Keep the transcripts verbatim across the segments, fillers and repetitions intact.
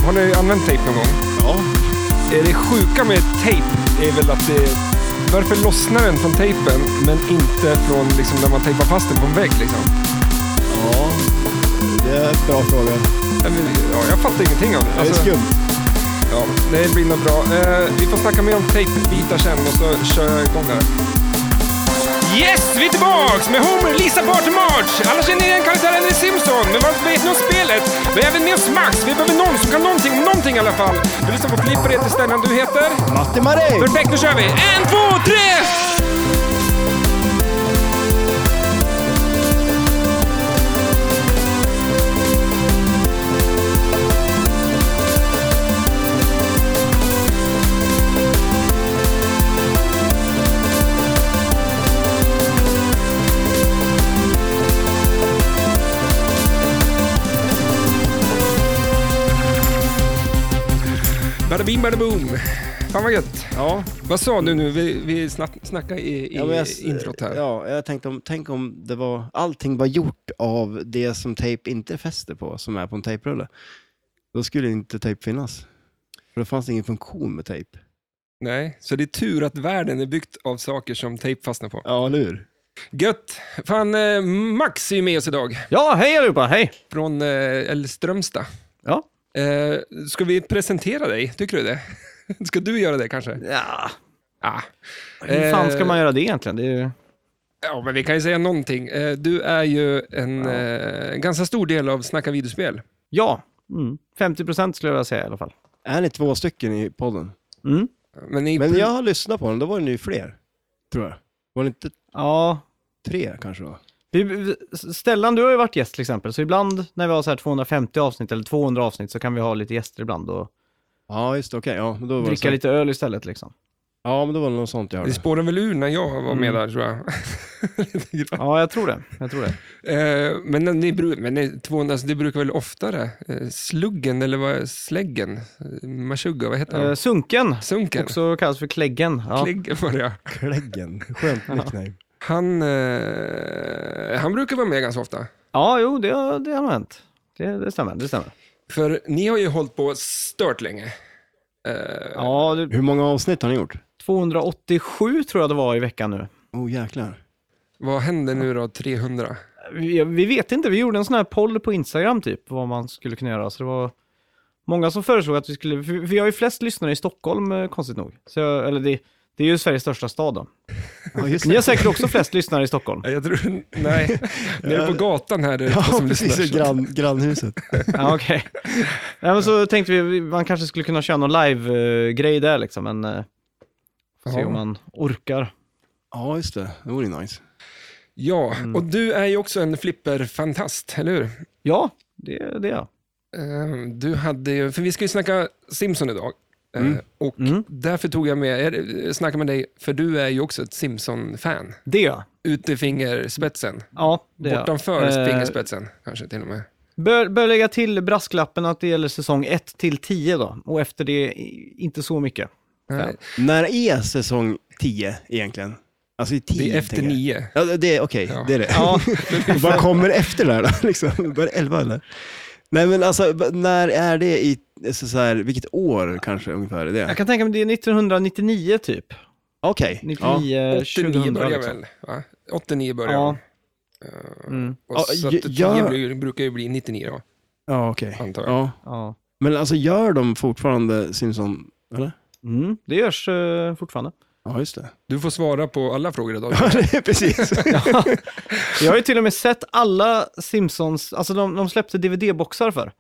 har ni använt tejp någon gång? Ja. Är det sjuka med tejp är väl att det... Varför lossnar den från tejpen men inte från liksom, när man tejpar fast den på en vägg liksom? Ja, det är en bra fråga. Ja, jag fattar ingenting av det. Alltså, det är skumt. Ja, det blir nog bra. Eh, vi får snacka mer om tejpbitar sen och så kör jag igång här. Yes, vi är tillbaks med Homer, Lisa, Bart och Marge. Alla känner igen karaktären i Simpson, men vad vet ni om spelet? Vi har även med oss Max, vi behöver någon som kan någonting om någonting i alla fall. Du lyssnar på Flipper, heter Stellan, du heter? Matti Marie! Perfekt, nu kör vi! En, två, tre! Bada bim, bada boom. Fan vad gött. Ja. Vad sa du nu? Vi, vi snack, snackade i, i Ja, jag, introt här. Ja, jag tänkte om, tänk om det var, allting var gjort av det som tejp inte fäster på, som är på en tejprulle. Då skulle inte tejp finnas. För det fanns ingen funktion med tejp. Nej, så det är tur att världen är byggt av saker som tejp fastnar på. Ja, eller hur? Gött. Fan, eh, Max är ju med oss idag. Ja, hej allihopa, hej! Från eh, Strömstad. Ja. Eh, ska vi presentera dig? Tycker du det? Ska du göra det kanske? Ja. Ah. Hur fan ska man göra det egentligen? Det är ju... Ja, men vi kan ju säga någonting. Eh, du är ju en Ja. eh, ganska stor del av Snacka videospel. Ja, mm. femtio procent skulle jag vilja säga i alla fall. Är ni två stycken i podden? Mm. Men, i Men jag har lyssnat på den, då var det ju fler. Tror jag. Var det inte Ja. tre kanske då? Vi, vi- Stellan, du har ju varit gäst till exempel. Så ibland när vi har så här tvåhundrafemtio avsnitt eller tvåhundra avsnitt så kan vi ha lite gäster ibland och Ja, just det, okej. Ja, men då var det dricka så. lite öl istället liksom. Ja, men då var det något sånt jag Det hörde. spårar väl ur när jag var med Mm. där, tror jag. Lite grann. Ja, jag tror det. Jag tror det. Eh, men ni, bru- men ni, tvåhundra, alltså, det brukar väl oftare? Eh, sluggen eller vad är släggen? Eh, Meshuggah, vad heter han? Eh, sunken, Sunken? också kallas för kläggen. Ja. Kläggen var det, ja. Kläggen. Skönt nickname. Han, eh, han brukar vara med ganska ofta. Ja, jo, det, har- det har nog hänt. Det, det stämmer, det stämmer. För ni har ju hållit på stört länge. Eh, Ja, det, Hur många avsnitt har ni gjort? tvåhundraåttiosju tror jag det var i veckan nu. Oh, jäklar. Vad händer nu då, trehundra? Vi, vi vet inte, vi gjorde en sån här poll på Instagram typ, vad man skulle kunna göra. Så det var många som föreslog att vi skulle, för vi har ju flest lyssnare i Stockholm, eh, konstigt nog. Så jag, eller det, det är ju Sveriges största stad då. Ja, just Ni har säkert också flest lyssnare i Stockholm. Ja, jag tror, nej. Nere på gatan här är det Ja, som precis. lyssnar. Grann, grannhuset. Ja, okej. Ja, men så tänkte vi, man kanske skulle kunna köra någon live-grej där liksom, men eh, får se Ja. om man orkar. Ja, just det. Det vore nice. Ja, Mm. och du är ju också en flipperfantast, eller hur? Ja, det, det är jag. Eh, Du hade ju, för vi ska ju snacka Simpson idag. Eh, Mm. Och Mm. därför tog jag med, jag snackar med dig, för du är ju också ett Simpson-fan. Det är jag. Ut i fingerspetsen. Ja, det är jag. Bortanför Eh, fingerspetsen, kanske till och med. Bör, bör lägga till brasklappen att det gäller säsong ett till tio då. Och efter det i- inte så mycket. Nej, När är säsong tio egentligen? Alltså i tio, det är efter tänker jag. nio. Ja, det är okej. Ja. Det är det. Ja, Vad kommer efter där då? Liksom? Var det elva eller? Nej, men alltså, b- när är det i, så så här, vilket år kanske ungefär är det? jag kan tänka mig det är nittonhundranittionio typ. Okej. Ja. nittionio, åttionio tjugohundra börjar liksom. väl, va? åttionio börjar Ja. väl. Eh, Mm. Och Ja, så g- att tio jag- blir, brukar ju bli nittionio då, Ja, okej. antar jag. Ja. Ja. Men alltså, gör de fortfarande Simpson, eller? Mm, det görs uh, fortfarande. Ja, just det. Du får svara på alla frågor idag. Ja, det är precis. Ja. Jag har ju till och med sett alla Simpsons, alltså de, de släppte D V D-boxar för.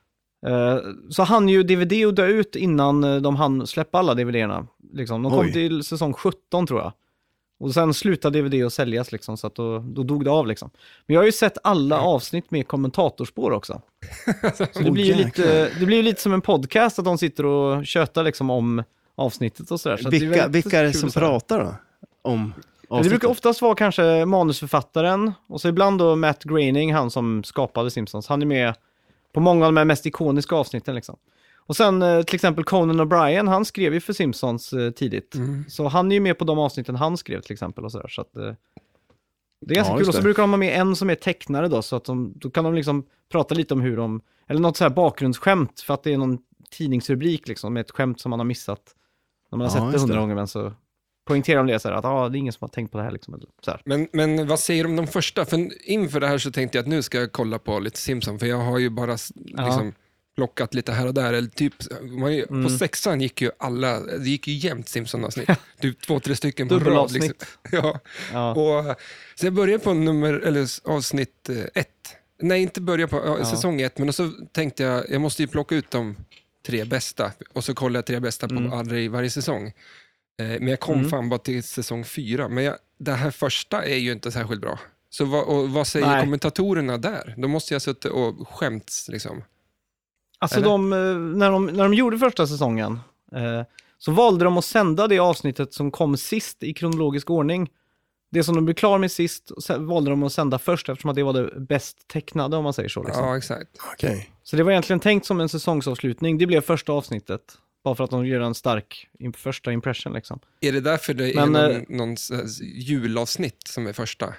Eh, så han ju D V D och dö ut innan eh, de hann släppa alla D V D-erna. Liksom. De kom Oj. till säsong sjutton tror jag. Och sen slutade D V D att säljas liksom, så att då, då dog det av liksom. Men jag har ju sett alla avsnitt med kommentatorspår också. Så det Åh, blir ju jäklar. lite, det blir ju lite som en podcast att de sitter och tjötar liksom om avsnittet och sådär. Så att det är vilka, väldigt vilka är det kul som att se. pratar då? Om Ja, det avsnittet? brukar oftast vara kanske manusförfattaren och så ibland då Matt Groening, han som skapade Simpsons. Han är med på många av de här mest ikoniska avsnitten liksom. Och sen eh, till exempel Conan O'Brien, han skrev ju för Simpsons eh, tidigt. Mm. Så han är ju med på de avsnitten han skrev till exempel och sådär. Så att, eh, det är ganska Ja, kul. just Och så det. brukar de ha med en som är tecknare då, så att de, då kan de liksom prata lite om hur de, eller något så här bakgrundsskämt för att det är någon tidningsrubrik liksom, med ett skämt som man har missat. När man har Ja, sett det just hundra det. gånger, men så poängterar de det så här, att ah, det är ingen som har tänkt på det här. Liksom, eller så här. Men, men vad säger du om de första? För inför det här så tänkte jag att nu ska jag kolla på lite Simpson, för jag har ju bara s- Ja. liksom plockat lite här och där. Eller typ, man, ju- Mm. På sexan gick ju alla, det gick ju jämt Simpson-avsnitt. Typ två, tre stycken på rad. Dubbelavsnitt. Liksom. Ja. Ja. Och, så jag började på nummer, eller s- avsnitt eh, ett. Nej, inte börja på ja, Ja. säsong ett, men så tänkte jag, jag måste ju plocka ut de tre bästa. Och så kollade jag tre bästa på Mm. alla i varje säsong. Eh, men jag kom Mm. fan bara till säsong fyra. Men jag, det här första är ju inte särskilt bra. Så vad, och vad säger Nej. kommentatorerna där? Då måste jag sitta och skämts liksom. Alltså Eller? de, eh, när, de, när de gjorde första säsongen eh, så valde de att sända det avsnittet som kom sist i kronologisk ordning. Det som de blev klar med sist och sen valde de att sända först eftersom att det var det bäst tecknade, om man säger så. Liksom. Ja, exakt. Okej. Så det var egentligen tänkt som en säsongsavslutning. Det blev första avsnittet. Bara för att de gör en stark in, första impression liksom. Är det därför det Men, är eh, någon, någon s- julavsnitt som är första?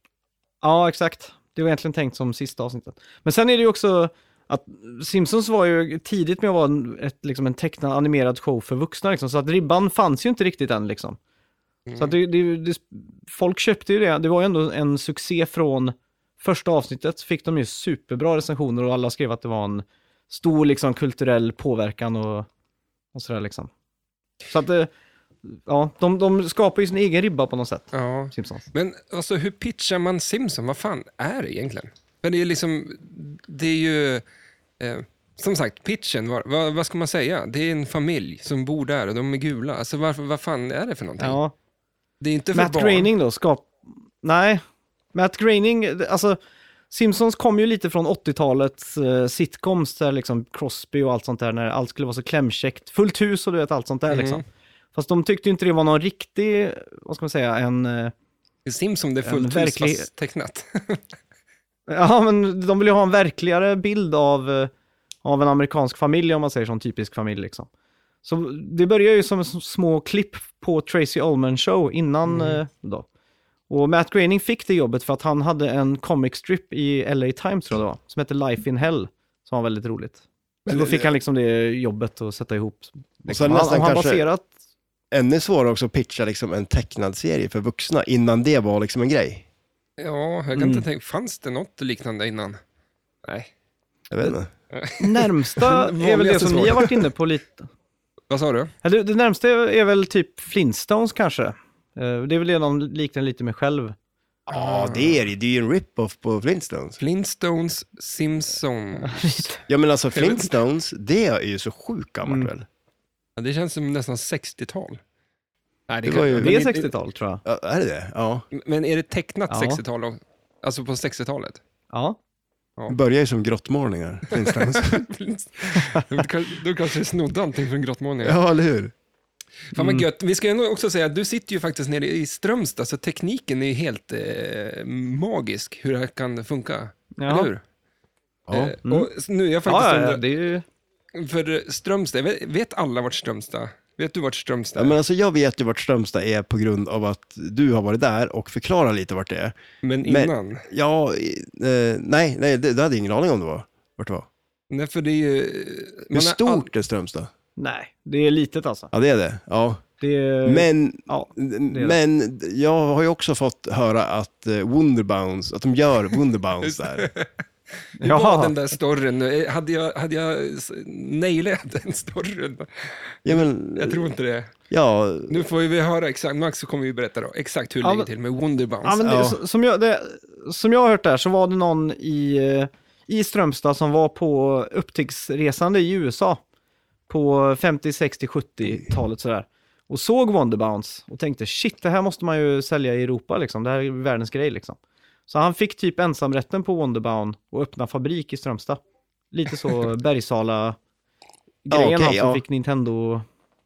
Ja, exakt. Det var egentligen tänkt som sista avsnittet. Men sen är det ju också att Simpsons var ju tidigt med att vara en, ett, liksom en tecknad animerad show för vuxna. Liksom, så att ribban fanns ju inte riktigt än. Liksom. Mm. Så att det, det, det, folk köpte ju det. Det var ju ändå en succé från första avsnittet. Så fick de ju superbra recensioner och alla skrev att det var en stor liksom, kulturell påverkan och, och sådär liksom. Så att det, ja, de, de skapar ju sin egen ribba på något sätt. Ja. Simpsons. Men alltså, hur pitchar man Simpson? Vad fan är det egentligen? Men det är liksom, det är ju, eh, som sagt, pitchen, vad, vad, vad ska man säga? Det är en familj som bor där och de är gula. Alltså varför, vad fan är det för någonting? Ja. Det är inte för Matt barn. Groening då, skap... Nej, Matt Groening, alltså Simpsons kom ju lite från åttiotalets eh, sitcoms där liksom Crosby och allt sånt där, när allt skulle vara så klämkäckt. Fullt hus och du vet allt sånt där Mm. liksom. Fast de tyckte ju inte det var någon riktig, vad ska man säga, en... Eh, Det är Simpson, det är En fullt hus verklig- fast tecknat. ja, men de vill ju ha en verkligare bild av, eh, av en amerikansk familj, om man säger sån typisk familj liksom. Så det börjar ju som s- små klipp på Tracy Ullman show innan Mm. eh, då. Och Matt Groening fick det jobbet för att han hade en comic strip i L A Times, tror jag det var, som hette Life in Hell, som var väldigt roligt. Så Men då det- fick han liksom det jobbet att sätta ihop. Och sen han, nästan han kanske baserat... ännu svårare också att pitcha liksom en tecknad serie för vuxna innan det var liksom en grej. Ja, jag kan Mm. inte tänka, fanns det något liknande innan? Nej. Jag vet inte. Närmsta är väl det Vanligaste som svar. ni har varit inne på lite. Vad sa du? Eller, det närmsta är väl typ Flintstones kanske. Eh, Det är väl det de liknar lite med själv. Ja, det är det. Det är ju en rip-off på Flintstones. Flintstones, Simpson. Ja, men alltså Flintstones, det är ju så sjukt gammalt Mm. väl? Ja, det känns som nästan sextiotal. Nej, Det var ju- men Det är det- sextiotal tror jag. Ja, är det det? Ja. Men är det tecknat Ja. sextiotal? då? Alltså på sextiotalet? Ja. Ja. Det börjar ju som grottmålningar, Flintstones. då, kan- då kanske det snodde allting från grottmålningen. Ja, eller hur? Fan vad Mm. gött. Vi ska ändå också säga att du sitter ju faktiskt nere i Strömstad, så tekniken är ju helt eh, magisk hur det här kan funka. Eller Ja. hur? Ja. Eh, Mm. och s- nu är jag faktiskt Ja, ja, ja, undrar, det är ju... för Strömstad, vet, vet alla vart Strömstad? Vet du vart Strömstad Ja, är? men alltså jag vet ju vart Strömstad är på grund av att du har varit där och förklarar lite vart det är. Men men- innan? Ja, eh, nej, nej, det, det hade jag ingen aning om det var. Vart det var. Nej, för det är ju... Hur man har stort är Strömstad? Nej, det är litet alltså. Ja, det är det. Ja. Det är... Men, Ja, det. men jag har ju också fått höra att eh, Wonderbounce, att de gör Wonderbounce där. Hur var Jaha. den där storyn? Eh, Hade jag, hade jag s- nailat den storyn? Ja, men, Jag tror inte det. ja, Nu får vi höra exakt, Max så kommer vi berätta då, exakt hur det Ja, ligger men- till med Wonderbounce. Ja, men det, Ja. s- som, jag, det, som jag har hört där så var det någon i, eh, i Strömstad som var på upptäcktsresande i U S A på femtio, sextio, sjuttio-talet sådär. Och såg Wonderbounce och tänkte shit, det här måste man ju sälja i Europa liksom. Det här är världens grej liksom. Så han fick typ ensamrätten på Wonderbound och öppna fabrik i Strömstad. Lite så Bergsala grejen Ja, okej, han som ja. fick Nintendo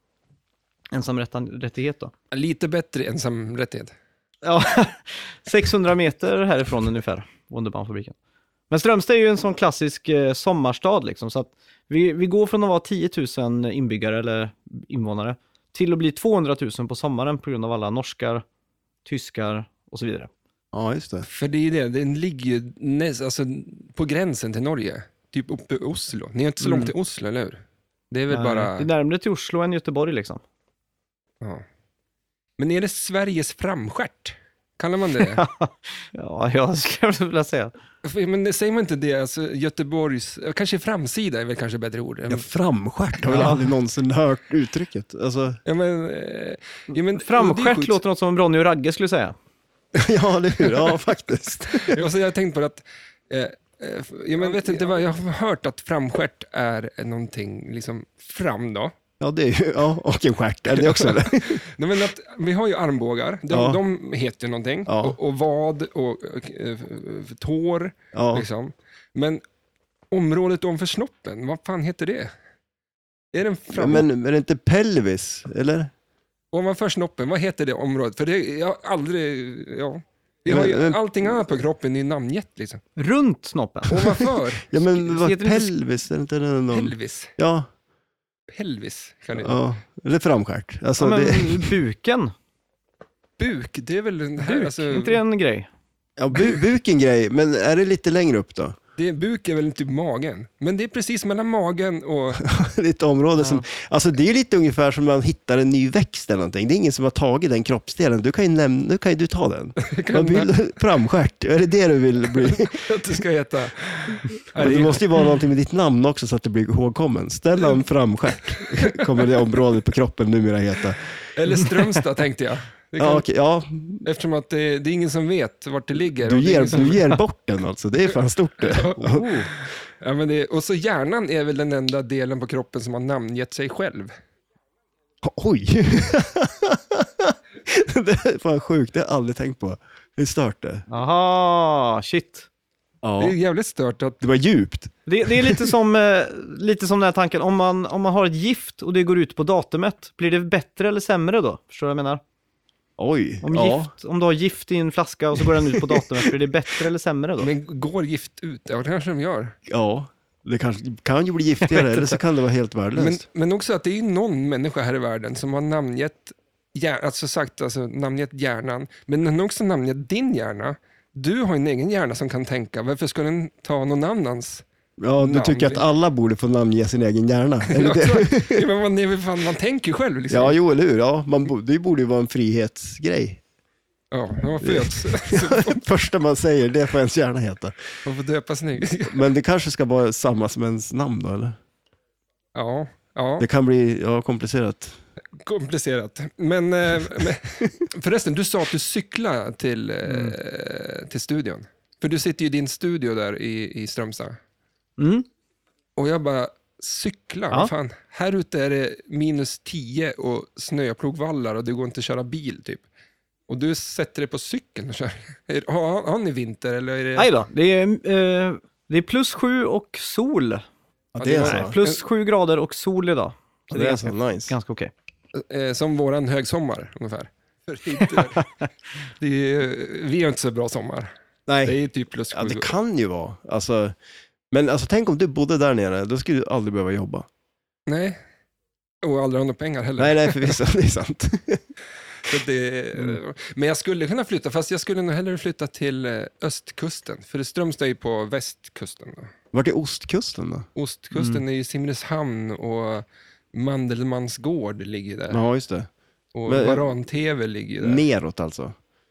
ensamrättighet då. Lite bättre ensamrättighet. Ja, sexhundra meter härifrån ungefär, Wonderbound-fabriken. Men Strömstad är ju en sån klassisk eh, sommarstad liksom, så att vi, vi går från att vara tio tusen inbyggare eller invånare till att bli tvåhundratusen på sommaren på grund av alla norskar, tyskar och så vidare. ja, just det. För det är ju det, den ligger ju näst, alltså, på gränsen till Norge. Typ uppe i Oslo. Ni är inte så Mm. långt till Oslo, eller hur? Det är väl Nej, bara... Det är närmare till Oslo än Göteborg liksom. Ja. Men är det Sveriges framstjärt? Kallar man det? Ja, jag skulle vilja säga. Men det, säger man inte det? Alltså, Göteborgs... Kanske framsida är väl kanske bättre ord. Ja, framstjärt har jag Ja. aldrig någonsin hört uttrycket. Alltså, Ja, men, eh, ja, men, Framstjärt låter något som Ronny och Ragge skulle säga. ja, det hur? Ja, faktiskt. Och så har jag tänkt på att... Eh, eh, ja, men jag vet inte vad... Jag har hört att framstjärt är någonting liksom fram då. Ja, det är ju, ja, och en stjärt. Är det också eller? Nej, men att, vi har ju armbågar, de, Ja. de heter ju någonting, Ja. och, och vad och, och eh, tår, Ja. liksom. Men området ovanför snoppen, vad fan heter det? Är den Ja, fram... men är det inte pelvis, eller? Ovanför snoppen, vad heter det området? För det, jag har aldrig, ja. Vi har Men- ju, men- allting annat på kroppen är namngett liksom. Runt snoppen. Ovanför, Ja, men vad Heter det inte pelvis? Är det inte någon... pelvis. Ja, Pelvis, kan det ja. Eller framstjärt. Alltså, Ja, men det... buken. Buk, det är väl den här, Buk, alltså, är inte det en grej? Ja, bu buken grej, men är det lite längre upp då? det, buk är väl typ magen. Men det är precis mellan magen och... Lite område Ja. som, alltså det är lite ungefär som man hittar en ny växt eller någonting. Det är ingen som har tagit den kroppsdelen. Du kan ju nämna, nu kan ju du ta den. Man vill framstjärt, är det det du vill bli? att det ska heta... Men det måste ju vara någonting med ditt namn också så att det blir ihågkommen. Stellan framstjärt kommer det området på kroppen numera heta. Eller Strömstad tänkte jag. Det kan, Ja, okej, ja. Eftersom att det, det är ingen som vet vart det ligger. Du, och det är ger, ingen som... du ger bort den alltså, det är fan stort det. Oh. Ja, men det, och så hjärnan är väl den enda delen på kroppen som har namngett sig själv. Oj! Det är fan sjukt, det har jag aldrig tänkt på. Det är stört det. Aha, shit. Det är Ja. jävligt stört att... Det var djupt. Det, det är lite som, eh, lite som den här tanken, om man, om man har ett gift och det går ut på datumet, blir det bättre eller sämre då? Förstår du vad jag menar? Oj. Om, ja. gift, om du har gift i en flaska och så går den ut på datumet, blir det bättre eller sämre då? Men går gift ut? Ja, det kanske de gör. Ja. Det kanske kan ju bli giftigare, eller så kan det vara helt Men, värdelöst. men också att det är någon människa här i världen som har namngett, hjär, alltså sagt, alltså namngett hjärnan, men den har också namngett din hjärna. Du har en egen hjärna som kan tänka, varför ska den ta någon annans? Ja, du namn. tycker att alla borde få namnge sin egen hjärna. Eller Ja, det? så- ja, men man, är väl fan, man tänker själv liksom. Ja, jo, eller hur? Ja, man, bo- det borde ju vara en frihetsgrej. Ja, när man föds. Första man säger, det får ens hjärna heta. Man får döpa sin Men det kanske ska vara samma som ens namn då, eller? Ja, ja, Det kan bli ja, komplicerat. komplicerat. Men, eh, men förresten, du sa att du cyklar till, eh, Mm. till studion. För du sitter ju i din studio där i, i Strömstad. Mm. Och jag bara, cykla? Ja. Vad fan? Här ute är det minus tio och snöplogvallar och det går inte att köra bil typ. Och du sätter dig på cykeln och kör. Är- Har, har ni vinter eller är det... Nej då, det är, eh, det är plus sju och sol. Ja, det är så. Nej, plus sju grader och sol idag. Ja, Så det det är är ganska, så nice. ganska okej. Eh, som våran högsommar ungefär. För det, det är, vi har inte så bra sommar. Det Nej, är typ plus ja, sju. det kan ju vara. Alltså, men alltså, tänk om du bodde där nere, då skulle du aldrig behöva jobba. Nej. Och aldrig ha några pengar heller. Nej, nej, förvisso, det är sant. Så det, Mm. Men jag skulle kunna flytta, fast jag skulle nog hellre flytta till eh, östkusten. För Strömstad är ju på västkusten. Då. Vart är ostkusten då? Ostkusten Mm. är ju Simrishamn och Mandelmans gård ligger där. Ja, just det. Och men- Varan-T V ligger ju där. Neråt alltså.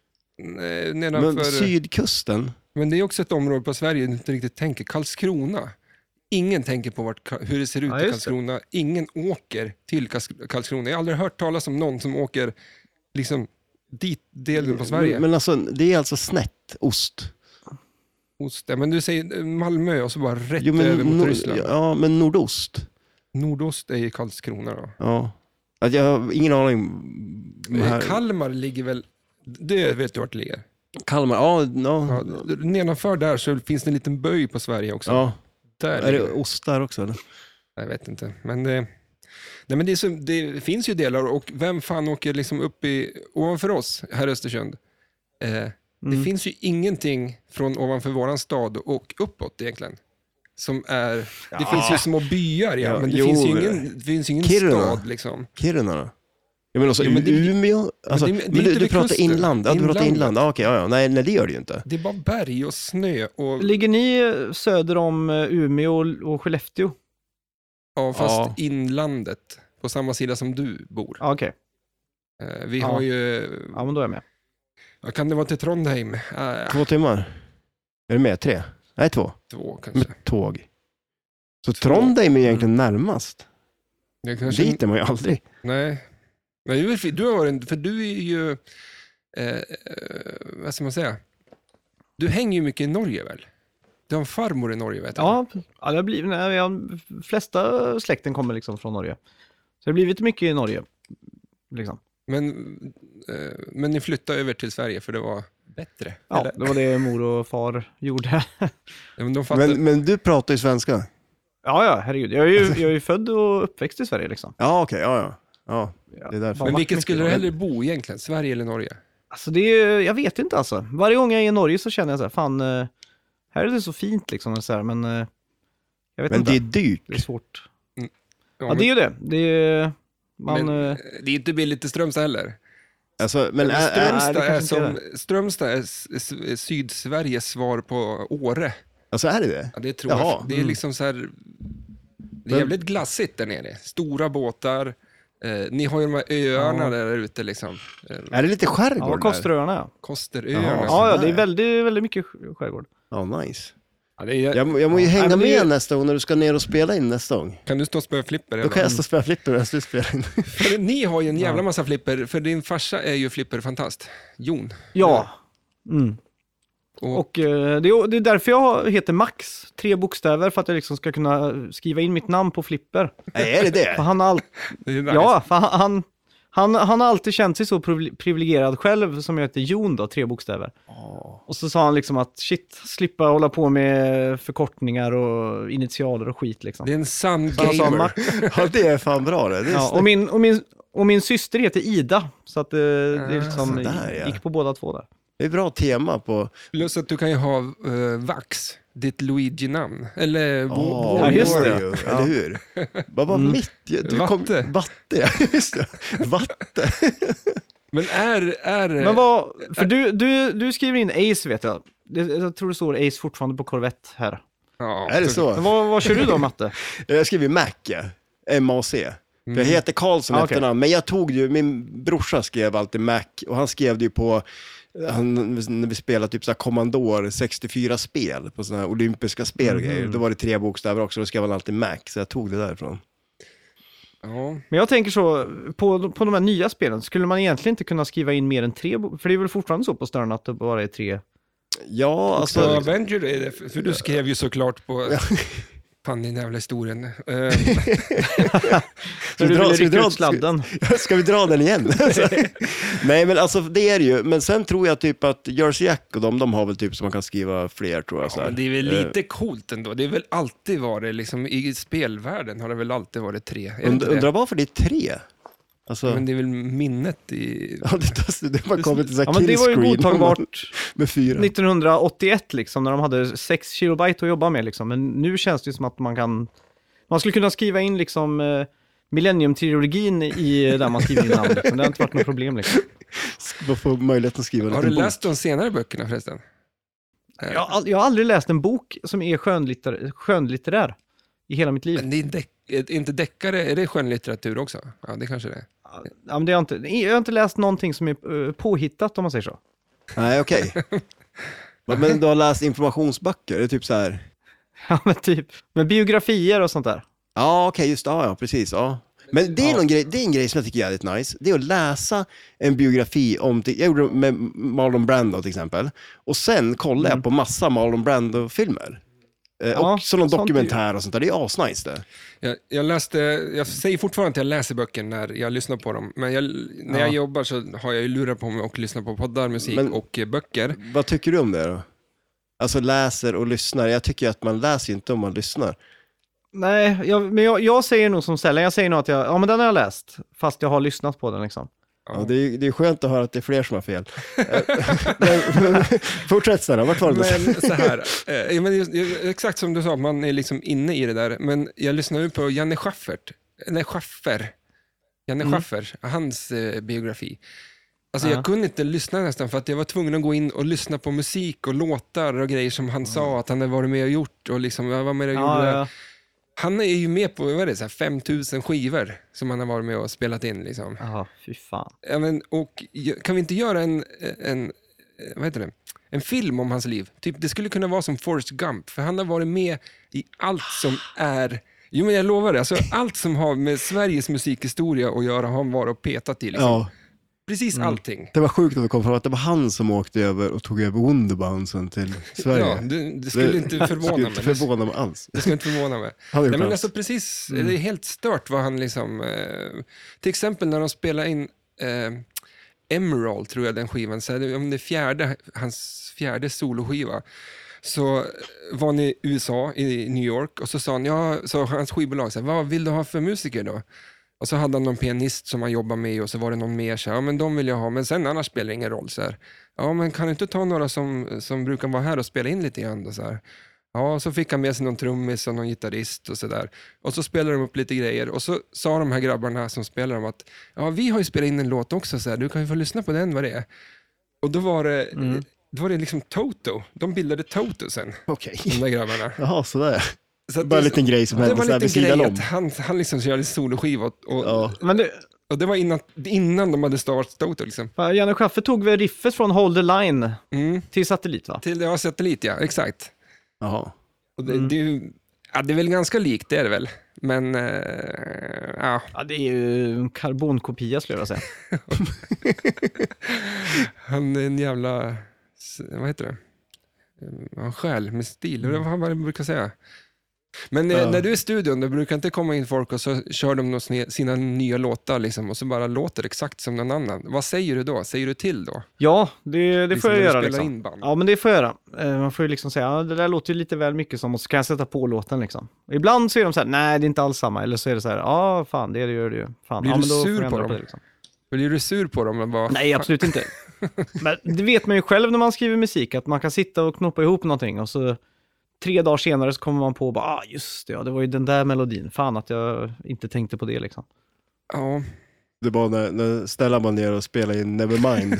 Eh, Nedanför, Men sydkusten? men det är också ett område på Sverige du inte riktigt tänker. Karlskrona. Ingen tänker på vart, hur det ser ut Ja, i just Karlskrona. Ingen åker till Karls- Karlskrona. Jag har aldrig hört talas om någon som åker liksom dit delen på Sverige. Men, men alltså, det är alltså snett ost. Ost, ja, men du säger Malmö och så bara rätt Jo, men, över mot nor- Ryssland. Ja, men nordost. Nordost är i Karlskrona då. Ja. Att jag har ingen aning. Eh, Här. Kalmar ligger väl, det vet du vart det ligger. Kalmar, ja. Ja, Ja, nedanför där så finns det en liten böj på Sverige också. ja. Där Är ligger det det. ost där också? Eller? Jag vet inte. Men det, nej, men det, är så, det finns ju delar och vem fan åker liksom upp i, ovanför oss här i Östersund? Eh, Det Mm. finns ju ingenting från ovanför våran stad och uppåt egentligen. Som är, det Ja. finns ju små byar ja, Ja, men det jo, finns ju men- ingen, det finns ju ingen Kiruna. stad liksom. Kiruna då? Jag menar, alltså, Jo, men det- Umeå? Alltså, det- men, det är du, inte du vid pratar kusten. inland. Ja, du pratar Inlandet. inland. Ja, okej, ja, ja. Nej, nej, det gör det ju inte. Det är bara berg och snö och... Ligger ni söder om eh, Umeå och- och Skellefteå? Ja, fast Ja. inlandet. På samma sida som du bor. Ja, okej. Eh, vi Ja. har ju... Ja, men då är jag med. Vad kan det vara till Trondheim? Äh, Två timmar. Är det med? Tre? Nej, två. två kanske. Med tåg. Så Två. Trondheim är egentligen närmast. Det kanske Dit är man ju aldrig. Nej. Men du, är- du har varit, för du är ju, eh, eh, vad ska man säga? Du hänger ju mycket i Norge väl? Du har en farmor i Norge vet jag. Ja, ja det har blivit, nej, jag, flesta släkten kommer liksom från Norge. Så det har blivit mycket i Norge. Liksom. Men, eh, men ni flyttade över till Sverige för det var bättre? Ja, eller? det var det mor och far gjorde. Ja, men de fattar, Men, men du pratar ju svenska. Ja, ja, herregud. Jag är ju, jag är ju född och uppväxt i Sverige liksom. Ja, okej. Ja, ja. Ja, Ja, det är därför. bara men varit vilket mycket skulle i du Norge. hellre bo egentligen? Sverige eller Norge? Alltså det är, jag vet inte alltså. Varje gång jag är i Norge så känner jag så här, fan, eh, här är det så fint liksom. Så här, men eh, jag vet Men inte. det är dyrt. Det är svårt. Ja, Ja, men, det är ju det. Det är, man, men, eh, eh, det är inte billigt i Strömstad heller. Alltså, men Men är, är, Strömstad, det är, kanske inte som, Strömstad är s- s- Sydsveriges svar på Åre. alltså är det det? Ja, det tror Jaha. jag. Det är liksom så här... Det är Men- jävligt glassigt där nere. Stora båtar. Eh, ni har ju de här öarna Ja. där ute liksom. Eh, Är det lite ja, skärgård vad där? kostar öarna? Ja. Kosteröarna. Jaha. Ja, ja, det är sådär. väldigt, väldigt mycket sk- skärgård. Ja, nice. Ja, det är, Jag, må- jag må ju Ja. hänga Nej, men det är med ju- nästa gång när du ska ner och spela in nästa gång. Kan du stå och spela flipper? Då eller? kan jag stå och spela flipper medan du spelar in. För ni har ju en jävla Ja. massa flipper, för din farsa är ju flipperfantast. Jon. Ja. Mm. Och, Och eh, det, är, det är därför jag heter Max. Tre bokstäver för att jag liksom ska kunna skriva in mitt namn på flipper. Nej, är det För det? han har all... det är nice. Ja, för han, han, han, han har alltid känt sig så privi- privilegierad själv som jag heter Jon då, tre bokstäver. Och så sa han liksom att shit, slippa hålla på med förkortningar och initialer och skit liksom. Det är en sann Så han sa gamer. Max. Ja, det är fan bra det. det är Ja, och, min, och, min, och min syster heter Ida, så att eh, det Ah, liksom sådär, ja. gick på båda två där. Det är bra tema på... Plus att du kan ju ha uh, Vax, ditt Luigi-namn. Eller Bo- Åh, Ja, just det. Wario, eller hur? Vad var Mm. mitt? Du Vatte. Vatte, ja, just det. Vatte. Men är... är Men vad, för du, du, du skriver in Ace vet jag. Det, jag tror det står Ace fortfarande på Corvette här. ja, Är det så? Men vad, vad kör du då, Matte? Jag skriver ju Mac, ja. M A C. För jag heter Karlsson Ah, efternamn, men jag tog ju, min brorsa skrev alltid Mac, och han skrev det ju på, han, när vi spelade typ så här Commodore sextiofyra-spel, på sådana här olympiska spel och grejer, då var det tre bokstäver också, då skrev han alltid Mac, så jag tog det därifrån. Ja. Men jag tänker så, på, på de här nya spelen, skulle man egentligen inte kunna skriva in mer än tre bo- för det är väl fortfarande så på Stern att det bara är tre. Ja, Så alltså... Avenger är det, för- för du skrev ju såklart på... Fan, den jävla historien. Eh, Så du dra- vill ska vi rycka dra- ut sladden. Ska vi dra den igen? Nej, men alltså det är det ju, men sen tror jag typ att Jersey Jack och de, de har väl typ som man kan skriva fler, tror jag. Så ja, här. men det är väl Eh, lite coolt ändå. Det är väl alltid varit, liksom, i spelvärlden har det väl alltid varit tre. Är det Und, inte det? undrar varför det är tre? Alltså, Men det är väl minnet i... ja, det, det bara kommit till så här Ja, men det var ju killscreen godtagbart med fyra. nittonhundraåttioett liksom, när de hade sex kilobyte att jobba med liksom. Men nu känns det ju som att man kan, man skulle kunna skriva in liksom eh, Millennium-trilogin i där man skriver in namn liksom. Det har inte varit något problem liksom. Man får möjlighet att skriva en Har du liten bok. läst de senare böckerna förresten? Eh, Jag, har all- jag har aldrig läst en bok som är skönlitterär, skönlitterär i hela mitt liv. Men det är deck, är inte deckare, är det skönlitteratur också? Ja, det kanske det är. Ja, men det har jag, inte, jag har inte läst någonting som är eh, påhittat om man säger så. Nej, okej. Men du har läst informationsböcker, det är typ så här... Ja, men typ. Med biografier och sånt där. Ja, okej, just det. Ja, ja, precis. Ja. Men det är, Ja. någon grej, det är en grej som jag tycker är jävligt nice. Det är att läsa en biografi om, jag gjorde det med Marlon Brando till exempel. Och sen kollar Mm. jag på massa Marlon Brando-filmer. Eh, Ja, och så någon sånt är ju- dokumentär och sånt där. Det är asnice det. Jag, jag läste, jag säger fortfarande att jag läser böcker när jag lyssnar på dem, men jag, när Ja. jag jobbar så har jag ju lurar på mig och lyssnar på poddar, musik Men- och eh, böcker. Vad tycker du om det då? Alltså läser och lyssnar. Jag tycker att man läser ju inte om man lyssnar. Nej, jag, men jag, jag säger nog som sällan, jag säger nog att jag, ja men den har jag läst, fast jag har lyssnat på den liksom. Ja, det, är, det är skönt att höra att det är fler som har fel. men, men, fortsätt Stanna, vart var det? Men så här, eh, ja, men just, exakt som du sa, man är liksom inne i det där, men jag lyssnar nu på Janne Schaffert, nej Schaffer, Janne Mm. Schaffer, hans eh, biografi. Alltså Ja. jag kunde inte lyssna nästan för att jag var tvungen att gå in och lyssna på musik och låtar och grejer som han sa att han hade varit med och gjort och liksom, jag var med och gjorde Ja, det. ja. Han är ju med på, vad är det, så här femtusen skivor som han har varit med och spelat in liksom. Ja, fy fan. Ja, men, och kan vi inte göra en, en, vad heter det? En film om hans liv? Typ, det skulle kunna vara som Forrest Gump, för han har varit med i allt som är... Jo, men jag lovar det. Alltså, allt som har med Sveriges musikhistoria att göra har han varit och petat i. Liksom. Ja. Precis Mm. allting. Det var sjukt att vi kom fram att det var han som åkte över och tog över Wonderbouncen till Sverige. Ja, det, det skulle det, inte förvåna skulle mig. inte förvåna mig alls. Det skulle inte förvåna mig. Han Nej, är men plats. alltså precis, det är helt stört vad han liksom... Eh, till exempel när de spelar in eh, Emerald, tror jag den skivan, så är om det är fjärde, hans fjärde soloskiva, så var ni i U S A, i New York, och så sa han, ja, så hans skivbolag, så här, vad vill du ha för musiker då? Och så hade han någon pianist som han jobbar med, och så var det någon mer, så här, ja men de vill jag ha, men sen annars spelar det ingen roll. Så här, ja men kan du inte ta några som, som brukar vara här och spela in lite grann? Och så här. Ja, så fick han med sig någon trummis och någon gitarrist och sådär. Och så spelade de upp lite grejer, och så sa de här grabbarna som spelar dem att, ja vi har ju spelat in en låt också, så här, du kan ju få lyssna på den, vad det är. Och då var det, Mm. då var det liksom Toto, de bildade Toto sen, Okej. de där grabbarna. Jaha, sådär. Så att Bara en det- liten grej som det hände var så här en vid liten sidan grej om. att han, han liksom körde soloskiva och, och, Ja. Men det, och det var innan, innan de hade startat Toto liksom. fan, Janne Schaffer tog väl riffet från Hold the Line Mm. till Satellit, va? Till ja, satellit, ja, exakt. Jaha. Och det, Mm. det, är ju- ja, det är väl ganska likt, det är det väl. Men, eh, ja. Ja, det är ju en karbonkopia skulle jag vilja säga. Han är en jävla, s- vad heter det? Eh, Han själ med stil, det var vad jag brukar säga. Men eh, Ja. när du är i studion, det brukar inte komma in folk och så kör de någon sne- sina nya låtar liksom, och så bara låter exakt som någon annan. Vad säger du då? Säger du till då? Ja, det, det Liksom får jag när du göra spelar liksom. in band. Ja, men det får jag göra. Eh, Man får ju liksom säga, ja, det där låter ju lite väl mycket som, och så kan jag sätta på låten liksom. Och ibland så är de så här, nej det är inte alls samma. Eller så är det så här, ja fan det gör det ju. Fan. Blir ja, du men då sur får jag på ändra dem? det, liksom. Blir du sur på dem? Och bara, Nej, absolut inte. Men det vet man ju själv när man skriver musik, att man kan sitta och knoppa ihop någonting och så tre dagar senare så kommer man på, bara, ah just det, ja, det var ju den där melodin. Fan att jag inte tänkte på det liksom. Ja. Det var när, när ställer man ner och spelar in Nevermind.